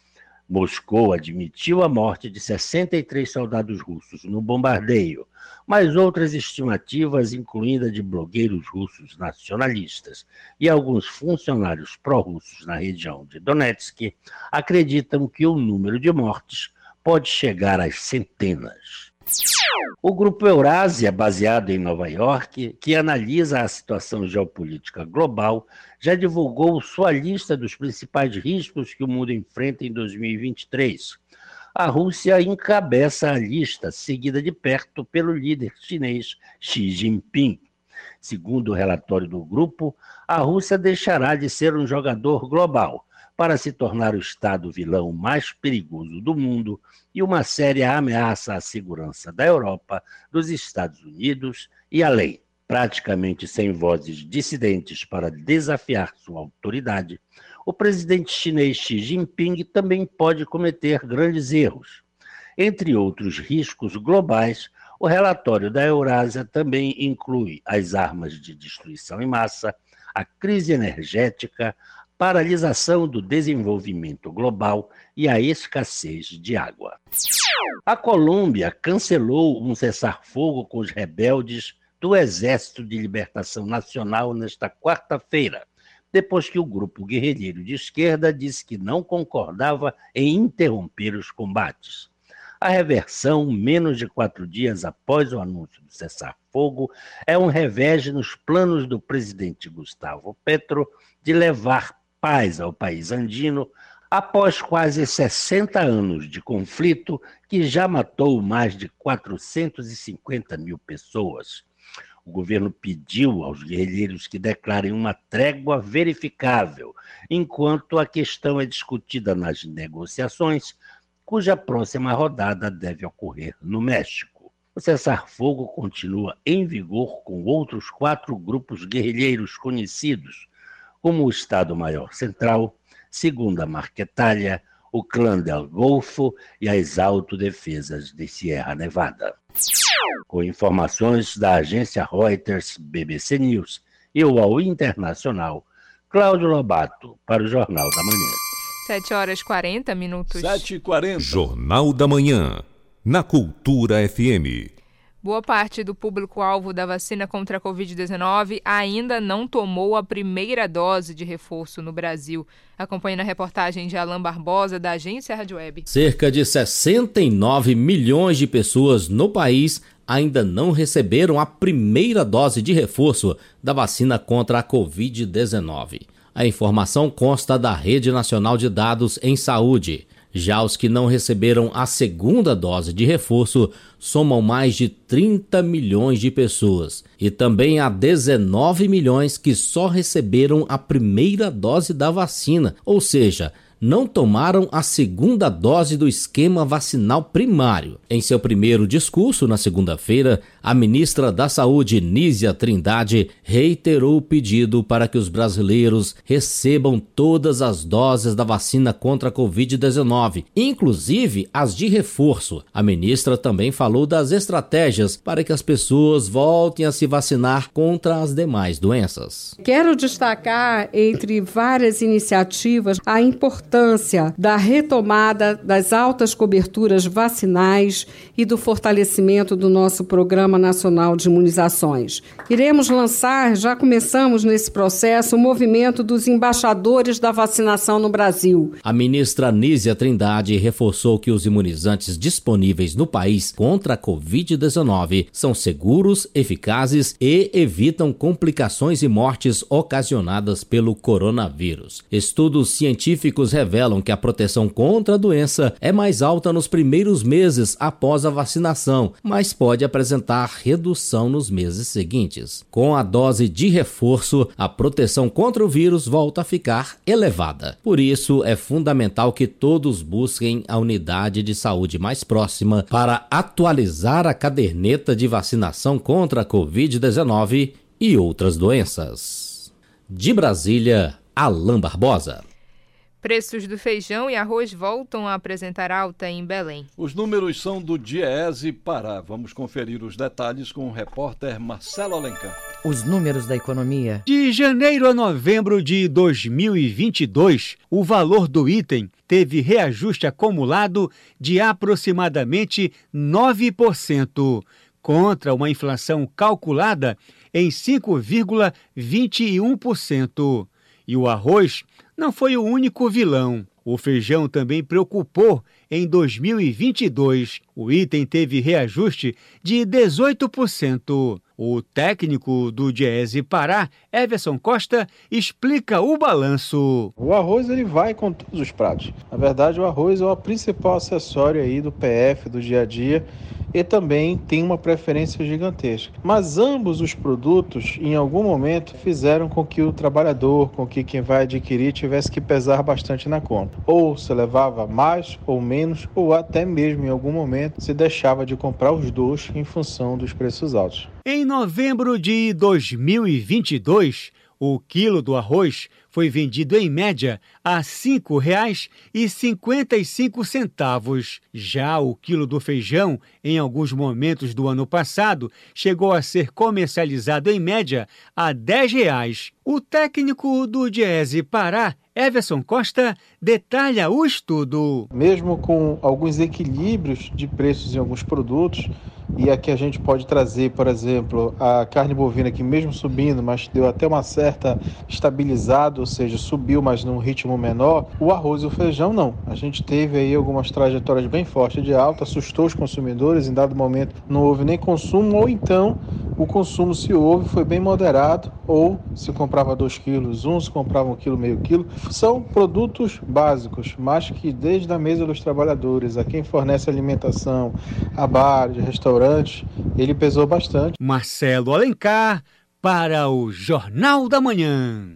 S5: Moscou admitiu a morte de sessenta e três soldados russos no bombardeio, mas outras estimativas, incluindo a de blogueiros russos nacionalistas e alguns funcionários pró-russos na região de Donetsk, acreditam que o número de mortes pode chegar às centenas. O Grupo Eurásia, baseado em Nova York, que analisa a situação geopolítica global, já divulgou sua lista dos principais riscos que o mundo enfrenta em dois mil e vinte e três. A Rússia encabeça a lista, seguida de perto pelo líder chinês Xi Jinping. Segundo o relatório do grupo, a Rússia deixará de ser um jogador global para se tornar o Estado vilão mais perigoso do mundo e uma séria ameaça à segurança da Europa, dos Estados Unidos e além. Praticamente sem vozes dissidentes para desafiar sua autoridade, o presidente chinês Xi Jinping também pode cometer grandes erros. Entre outros riscos globais, o relatório da Eurásia também inclui as armas de destruição em massa, a crise energética, paralisação do desenvolvimento global e a escassez de água. A Colômbia cancelou um cessar-fogo com os rebeldes do Exército de Libertação Nacional nesta quarta-feira, depois que o grupo guerrilheiro de esquerda disse que não concordava em interromper os combates. A reversão, menos de quatro dias após o anúncio do cessar-fogo, é um revés nos planos do presidente Gustavo Petro de levar paz ao país andino após quase sessenta anos de conflito que já matou mais de quatrocentos e cinquenta mil pessoas. O governo pediu aos guerrilheiros que declarem uma trégua verificável, enquanto a questão é discutida nas negociações, cuja próxima rodada deve ocorrer no México. O cessar-fogo continua em vigor com outros quatro grupos guerrilheiros conhecidos, como o Estado-Maior Central, Segunda Marquetalha, o Clã del Golfo e as Autodefesas de Sierra Nevada. Com informações da agência Reuters, B B C News e o U O L Internacional, Cláudio Lobato, para o Jornal da Manhã.
S2: sete horas e quarenta minutos.
S3: sete e quarenta.
S8: Jornal da Manhã, na Cultura F M.
S2: Boa parte do público-alvo da vacina contra a covid dezenove ainda não tomou a primeira dose de reforço no Brasil. Acompanhe na reportagem de Alain Barbosa, da agência Rádio Web.
S13: Cerca de sessenta e nove milhões de pessoas no país ainda não receberam a primeira dose de reforço da vacina contra a covid dezenove. A informação consta da Rede Nacional de Dados em Saúde. Já os que não receberam a segunda dose de reforço somam mais de trinta milhões de pessoas. E também há dezenove milhões que só receberam a primeira dose da vacina, ou seja, não tomaram a segunda dose do esquema vacinal primário. Em seu primeiro discurso, na segunda-feira, a ministra da Saúde, Nízia Trindade, reiterou o pedido para que os brasileiros recebam todas as doses da vacina contra a covid dezenove, inclusive as de reforço. A ministra também falou das estratégias para que as pessoas voltem a se vacinar contra as demais doenças.
S14: Quero destacar, entre várias iniciativas, a importância da retomada das altas coberturas vacinais e do fortalecimento do nosso Programa Nacional de Imunizações. Iremos lançar, já começamos nesse processo, o movimento dos embaixadores da vacinação no Brasil.
S13: A ministra Nízia Trindade reforçou que os imunizantes disponíveis no país contra a covid dezenove são seguros, eficazes e evitam complicações e mortes ocasionadas pelo coronavírus. Estudos científicos revelam que a proteção contra a doença é mais alta nos primeiros meses após a vacinação, mas pode apresentar redução nos meses seguintes. Com a dose de reforço, a proteção contra o vírus volta a ficar elevada. Por isso, é fundamental que todos busquem a unidade de saúde mais próxima para atualizar a caderneta de vacinação contra a covid dezenove e outras doenças. De Brasília, Alain Barbosa.
S2: Preços do feijão e arroz voltam a apresentar alta em Belém.
S3: Os números são do Diese Pará. Vamos conferir os detalhes com o repórter Marcelo Alencar.
S1: Os números da economia.
S4: De janeiro a novembro de dois mil e vinte e dois, o valor do item teve reajuste acumulado de aproximadamente nove por cento, contra uma inflação calculada em cinco vírgula vinte e um por cento. E o arroz não foi o único vilão. O feijão também preocupou em dois mil e vinte e dois. O item teve reajuste de dezoito por cento. O técnico do Diese Pará, Everson Costa, explica o balanço.
S15: O arroz ele vai com todos os pratos. Na verdade, o arroz é o principal acessório aí do P F, do dia a dia, e também tem uma preferência gigantesca. Mas ambos os produtos, em algum momento, fizeram com que o trabalhador, com que quem vai adquirir, tivesse que pesar bastante na conta. Ou se levava mais ou menos, ou até mesmo em algum momento se deixava de comprar os dois em função dos preços altos.
S4: Em novembro de dois mil e vinte e dois, o quilo do arroz foi vendido em média a cinco reais e cinquenta e cinco centavos. Já o quilo do feijão, em alguns momentos do ano passado, chegou a ser comercializado em média a dez reais. O técnico do Diese Pará, Everson Costa detalha o estudo.
S15: Mesmo com alguns equilíbrios de preços em alguns produtos, e aqui a gente pode trazer, por exemplo, a carne bovina que mesmo subindo, mas deu até uma certa estabilizada, ou seja, subiu, mas num ritmo menor, o arroz e o feijão não. A gente teve aí algumas trajetórias bem fortes de alta, assustou os consumidores, em dado momento não houve nem consumo, ou então o consumo, se houve, foi bem moderado, ou se comprava dois quilos, um, se comprava um quilo, meio quilo. São produtos básicos, mas que desde a mesa dos trabalhadores, a quem fornece alimentação, a bares, restaurantes, ele pesou bastante.
S4: Marcelo Alencar para o Jornal da Manhã.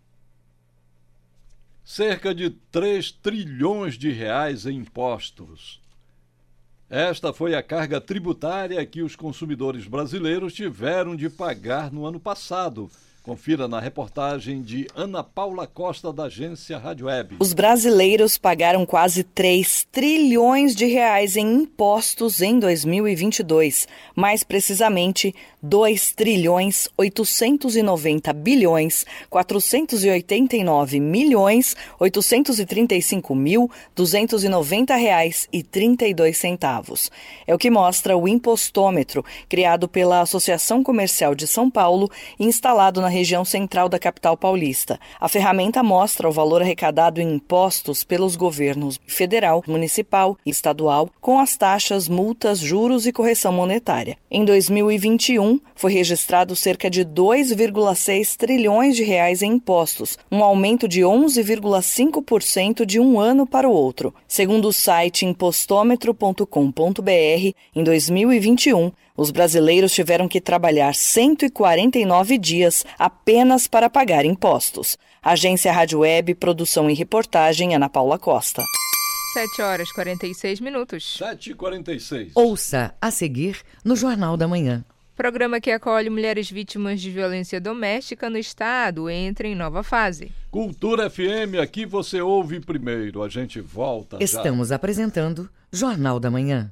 S3: Cerca de três trilhões de reais em impostos. Esta foi a carga tributária que os consumidores brasileiros tiveram de pagar no ano passado. Confira na reportagem de Ana Paula Costa, da agência Rádio Web.
S16: Os brasileiros pagaram quase três trilhões de reais em impostos em dois mil e vinte e dois. Mais precisamente, dois trilhões oitocentos e noventa bilhões quatrocentos e oitenta e nove milhões oitocentos e trinta e cinco mil duzentos e noventa reais e trinta e dois centavos. É o que mostra o impostômetro, criado pela Associação Comercial de São Paulo e instalado na região central da capital paulista. A ferramenta mostra o valor arrecadado em impostos pelos governos federal, municipal e estadual, com as taxas, multas, juros e correção monetária. Em dois mil e vinte e um, foi registrado cerca de dois vírgula seis trilhões de reais em impostos, um aumento de onze vírgula cinco por cento de um ano para o outro. Segundo o site impostômetro ponto com ponto b r, em dois mil e vinte e um, os brasileiros tiveram que trabalhar cento e quarenta e nove dias apenas para pagar impostos. Agência Rádio Web, produção e reportagem, Ana Paula Costa.
S2: sete horas e quarenta e seis minutos.
S3: sete e quarenta e seis.
S1: Ouça a seguir no Jornal da Manhã.
S2: Programa que acolhe mulheres vítimas de violência doméstica no estado entra em nova fase.
S3: Cultura F M, aqui você ouve primeiro. A gente volta já.
S1: Estamos apresentando Jornal da Manhã.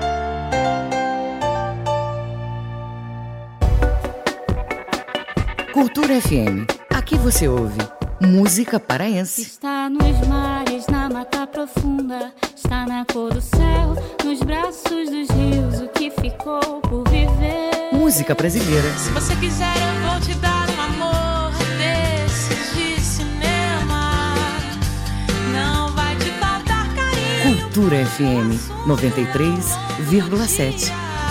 S1: Cultura F M, aqui você ouve música paraense.
S17: Está nos mares, na mata profunda, está na cor do céu, nos braços dos rios, o que ficou por viver.
S1: Música brasileira.
S23: Se você quiser eu vou te dar um amor desses de cinema, não vai te faltar carinho.
S1: Cultura F M noventa e três vírgula sete.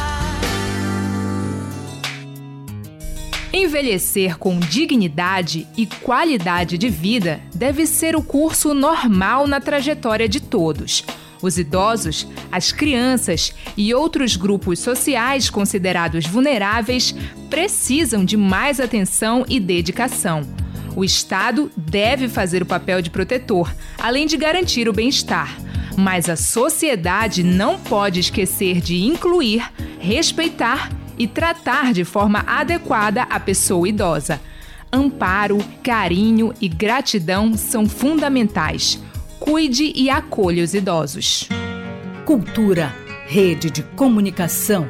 S6: Envelhecer com dignidade e qualidade de vida deve ser o curso normal na trajetória de todos. Os idosos, as crianças e outros grupos sociais considerados vulneráveis precisam de mais atenção e dedicação. O Estado deve fazer o papel de protetor, além de garantir o bem-estar. Mas a sociedade não pode esquecer de incluir, respeitar e tratar de forma adequada a pessoa idosa. Amparo, carinho e gratidão são fundamentais. Cuide e acolha os idosos.
S18: Cultura, rede de comunicação.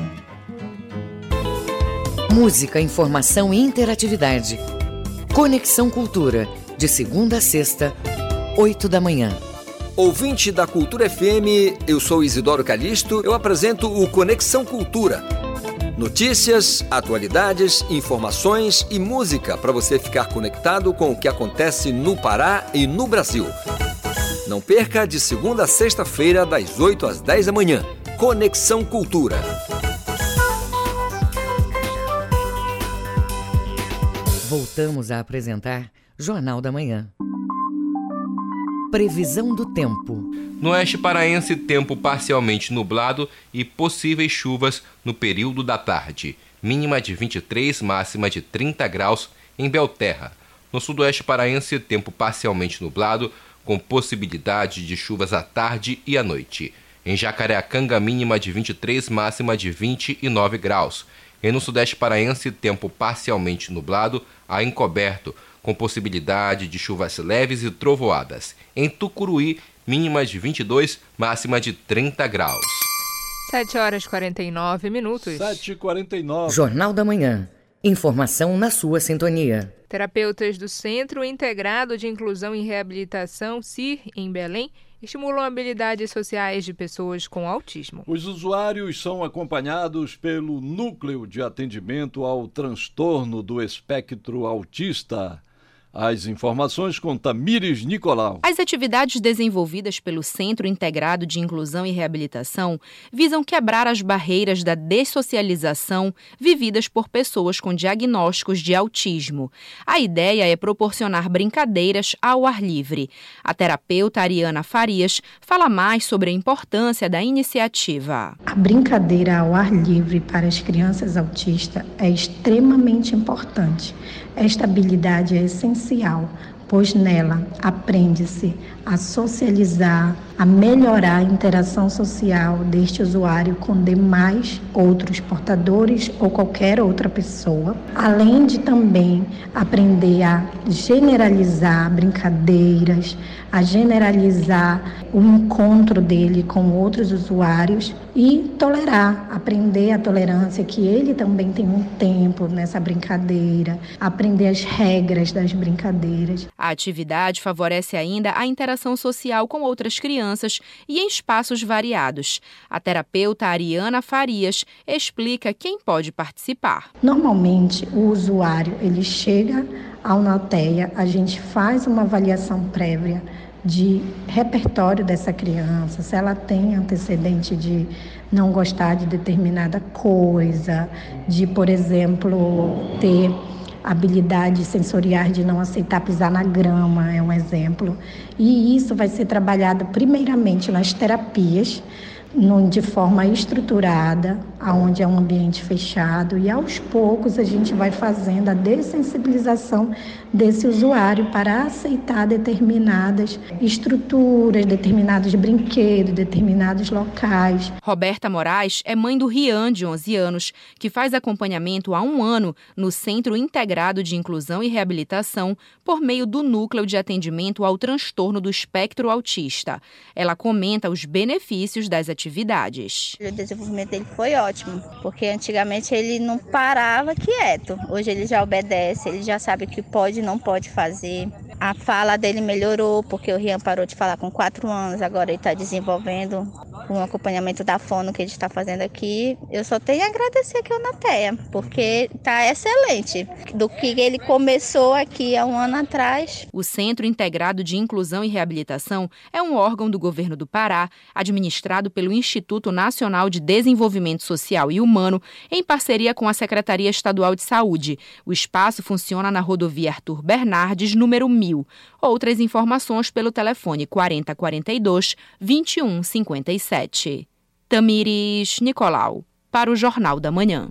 S1: Música, informação e interatividade. Conexão Cultura, de segunda a sexta, oito da manhã.
S20: Ouvinte da Cultura F M, eu sou Isidoro Calixto, eu apresento o Conexão Cultura. Notícias, atualidades, informações e música para você ficar conectado com o que acontece no Pará e no Brasil. Não perca, de segunda a sexta-feira, das oito às dez da manhã. Conexão Cultura.
S1: Voltamos a apresentar Jornal da Manhã. Previsão do tempo.
S19: No oeste paraense, tempo parcialmente nublado e possíveis chuvas no período da tarde. Mínima de vinte e três, máxima de trinta graus em Belterra. No sudoeste paraense, tempo parcialmente nublado, com possibilidade de chuvas à tarde e à noite. Em Jacareacanga, mínima de vinte e três, máxima de vinte e nove graus. E no sudeste paraense, tempo parcialmente nublado a encoberto, com possibilidade de chuvas leves e trovoadas. Em Tucuruí, mínima de vinte e dois, máxima de trinta graus.
S2: sete horas e quarenta e nove minutos.
S3: sete e quarenta e nove.
S1: Jornal da Manhã. Informação na sua sintonia.
S2: Terapeutas do Centro Integrado de Inclusão e Reabilitação, C I R, em Belém, estimulam habilidades sociais de pessoas com autismo.
S3: Os usuários são acompanhados pelo Núcleo de Atendimento ao Transtorno do Espectro Autista. As informações com Tamires Nicolau.
S6: As atividades desenvolvidas pelo Centro Integrado de Inclusão e Reabilitação visam quebrar as barreiras da dessocialização vividas por pessoas com diagnósticos de autismo. A ideia é proporcionar brincadeiras ao ar livre. A terapeuta Ariana Farias fala mais sobre a importância da iniciativa.
S7: A brincadeira ao ar livre para as crianças autistas é extremamente importante. Esta habilidade é essencial, pois nela aprende-se a socializar, a melhorar a interação social deste usuário com demais outros portadores ou qualquer outra pessoa, além de também aprender a generalizar brincadeiras, a generalizar o encontro dele com outros usuários e tolerar, aprender a tolerância, que ele também tem um tempo nessa brincadeira, aprender as regras das brincadeiras.
S6: A atividade favorece ainda a interação social com outras crianças e em espaços variados. A terapeuta Ariana Farias explica quem pode participar.
S7: Normalmente, o usuário ele chega ao Nauteia, a gente faz uma avaliação prévia de repertório dessa criança, se ela tem antecedente de não gostar de determinada coisa, de, por exemplo, ter habilidades sensoriais de não aceitar pisar na grama, é um exemplo. E isso vai ser trabalhado primeiramente nas terapias, no, de forma estruturada, onde é um ambiente fechado, e aos poucos a gente vai fazendo a dessensibilização desse usuário para aceitar determinadas estruturas, determinados brinquedos, determinados locais.
S6: Roberta Moraes é mãe do Rian, de onze anos, que faz acompanhamento há um ano no Centro Integrado de Inclusão e Reabilitação por meio do Núcleo de Atendimento ao Transtorno do Espectro Autista. Ela comenta os benefícios das atividades.
S9: O desenvolvimento dele foi ótimo, porque antigamente ele não parava quieto. Hoje ele já obedece, ele já sabe o que pode e não pode fazer. A fala dele melhorou, porque o Rian parou de falar com quatro anos, agora ele está desenvolvendo com o acompanhamento da fono que a gente está fazendo aqui. Eu só tenho a agradecer aqui ao Nauteia, porque está excelente. Do que ele começou aqui há um ano atrás.
S6: O Centro Integrado de Inclusão e Reabilitação é um órgão do governo do Pará, administrado pelo Instituto Nacional de Desenvolvimento Social e Humano, em parceria com a Secretaria Estadual de Saúde. O espaço funciona na rodovia Arthur Bernardes, número mil. Outras informações pelo telefone quarenta, quarenta e dois, vinte e um, cinquenta e sete. Tamires Nicolau, para o Jornal da Manhã.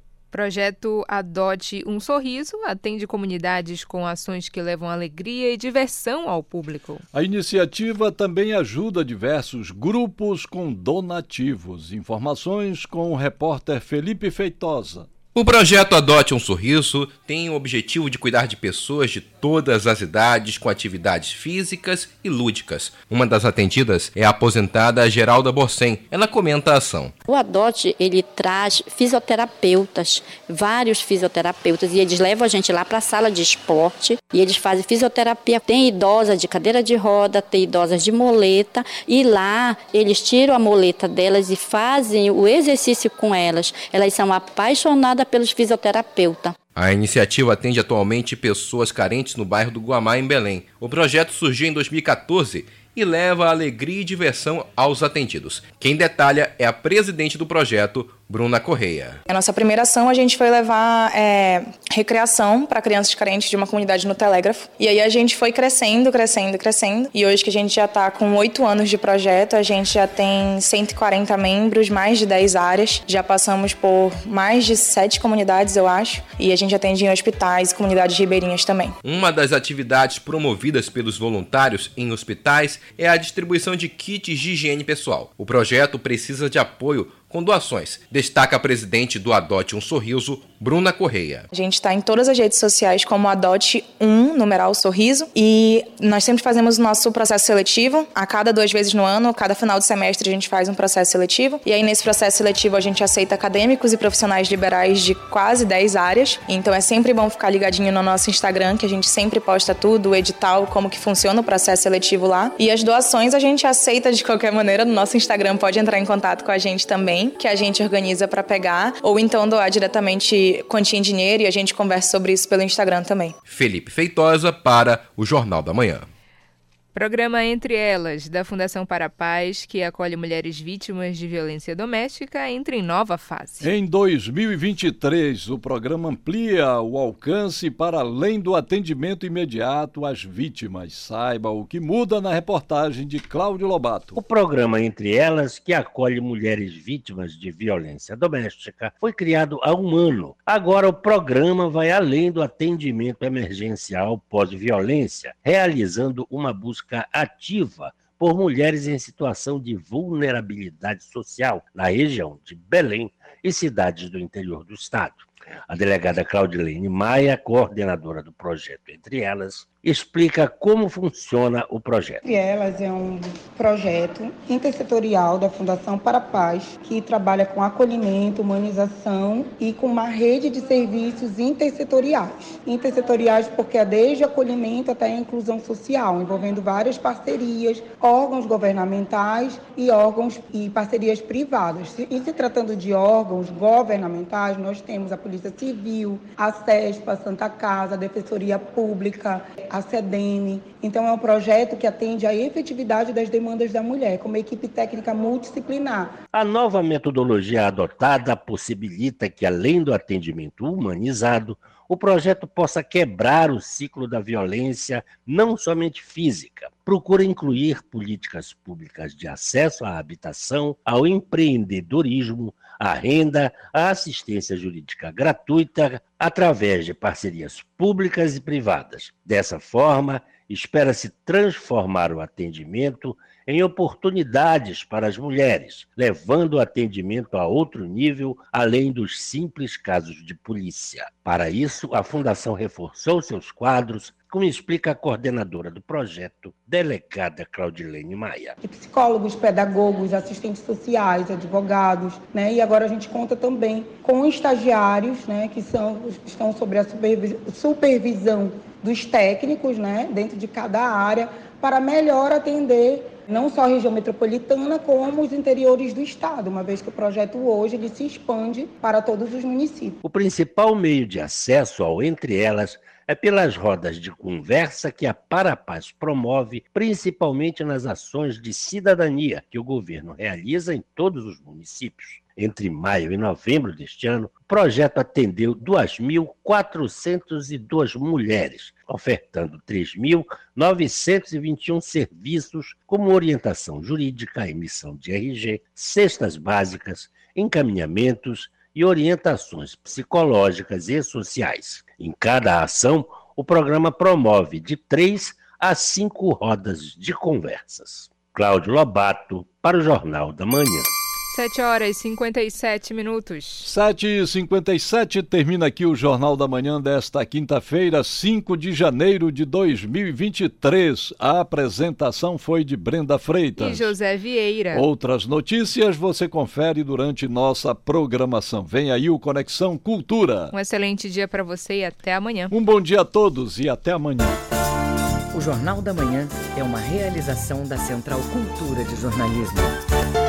S2: Projeto Adote um Sorriso atende comunidades com ações que levam alegria e diversão ao público.
S3: A iniciativa também ajuda diversos grupos com donativos. Informações com o repórter Felipe Feitosa.
S19: O projeto Adote um Sorriso tem o objetivo de cuidar de pessoas de todas as idades com atividades físicas e lúdicas. Uma das atendidas é a aposentada Geralda Borcem. Ela comenta a ação.
S10: O Adote, ele traz fisioterapeutas, vários fisioterapeutas, e eles levam a gente lá para a sala de esporte e eles fazem fisioterapia. Tem idosa de cadeira de roda, tem idosas de muleta, e lá eles tiram a muleta delas e fazem o exercício com elas. Elas são apaixonadas pelos fisioterapeutas.
S19: A iniciativa atende atualmente pessoas carentes no bairro do Guamá, em Belém. O projeto surgiu em dois mil e quatorze e leva alegria e diversão aos atendidos. Quem detalha é a presidente do projeto, Bruna Correia.
S21: A nossa primeira ação, a gente foi levar é, recreação para crianças carentes de uma comunidade no Telégrafo. E aí a gente foi crescendo, crescendo, crescendo. E hoje que a gente já está com oito anos de projeto, a gente já tem cento e quarenta membros, mais de dez áreas. Já passamos por mais de sete comunidades, eu acho. E a gente atende em hospitais e comunidades ribeirinhas também.
S19: Uma das atividades promovidas pelos voluntários em hospitais é a distribuição de kits de higiene pessoal. O projeto precisa de apoio com doações. Destaca a presidente do Adote um Sorriso, Bruna Correia.
S21: A gente está em todas as redes sociais como Adote um, numeral Sorriso, e nós sempre fazemos o nosso processo seletivo. A cada duas vezes no ano, cada final de semestre a gente faz um processo seletivo, e aí nesse processo seletivo a gente aceita acadêmicos e profissionais liberais de quase dez áreas, então é sempre bom ficar ligadinho no nosso Instagram, que a gente sempre posta tudo, o edital, como que funciona o processo seletivo lá, e as doações a gente aceita de qualquer maneira no nosso Instagram, pode entrar em contato com a gente também, que a gente organiza para pegar, ou então doar diretamente quantia em dinheiro, e a gente conversa sobre isso pelo Instagram também.
S19: Felipe Feitosa para o Jornal da Manhã.
S2: Programa Entre Elas, da Fundação para a Paz, que acolhe mulheres vítimas de violência doméstica, entra em nova fase.
S3: Em dois mil e vinte e três, o programa amplia o alcance para além do atendimento imediato às vítimas. Saiba o que muda na reportagem de Cláudio Lobato.
S5: O programa Entre Elas, que acolhe mulheres vítimas de violência doméstica, foi criado há um ano. Agora o programa vai além do atendimento emergencial pós-violência, realizando uma busca ativa por mulheres em situação de vulnerabilidade social na região de Belém e cidades do interior do estado. A delegada Claudilene Maia, coordenadora do projeto Entre Elas, explica como funciona o projeto.
S11: Entre Elas é um projeto intersetorial da Fundação para a Paz, que trabalha com acolhimento, humanização e com uma rede de serviços intersetoriais. Intersetoriais porque é desde acolhimento até a inclusão social, envolvendo várias parcerias, órgãos governamentais e órgãos e parcerias privadas. E se tratando de órgãos governamentais, nós temos a Polícia Civil, a SESP, a Santa Casa, a Defensoria Pública, a SEDEM. Então é um projeto que atende à efetividade das demandas da mulher, com uma equipe técnica multidisciplinar.
S5: A nova metodologia adotada possibilita que, além do atendimento humanizado, o projeto possa quebrar o ciclo da violência, não somente física. Procura incluir políticas públicas de acesso à habitação, ao empreendedorismo, à renda, à assistência jurídica gratuita, através de parcerias públicas e privadas. Dessa forma, espera-se transformar o atendimento em oportunidades para as mulheres, levando o atendimento a outro nível, além dos simples casos de polícia. Para isso, a Fundação reforçou seus quadros, como explica a coordenadora do projeto, delegada Claudilene Maia.
S11: De psicólogos, pedagogos, assistentes sociais, advogados, né? E agora a gente conta também com estagiários, né? Que são, estão sob a supervisão dos técnicos, né? Dentro de cada área, para melhor atender não só a região metropolitana, como os interiores do estado, uma vez que o projeto hoje ele se expande para todos os municípios.
S5: O principal meio de acesso ao Entre Elas é pelas rodas de conversa que a Para a Paz promove, principalmente nas ações de cidadania que o governo realiza em todos os municípios. Entre maio e novembro deste ano, o projeto atendeu duas mil quatrocentas e duas mulheres, ofertando três mil novecentos e vinte e um serviços, como orientação jurídica, emissão de R G, cestas básicas, encaminhamentos e orientações psicológicas e sociais. Em cada ação, o programa promove de três a cinco rodas de conversas. Cláudio Lobato, para o Jornal da Manhã.
S2: sete horas e cinquenta e sete minutos.
S3: sete e cinquenta e sete, termina aqui o Jornal da Manhã desta quinta-feira, cinco de janeiro de dois mil e vinte e três. A apresentação foi de Brenda Freitas
S2: e José Vieira.
S3: Outras notícias você confere durante nossa programação. Vem aí o Conexão Cultura.
S2: Um excelente dia para você e até amanhã.
S3: Um bom dia a todos e até amanhã.
S1: O Jornal da Manhã é uma realização da Central Cultura de Jornalismo.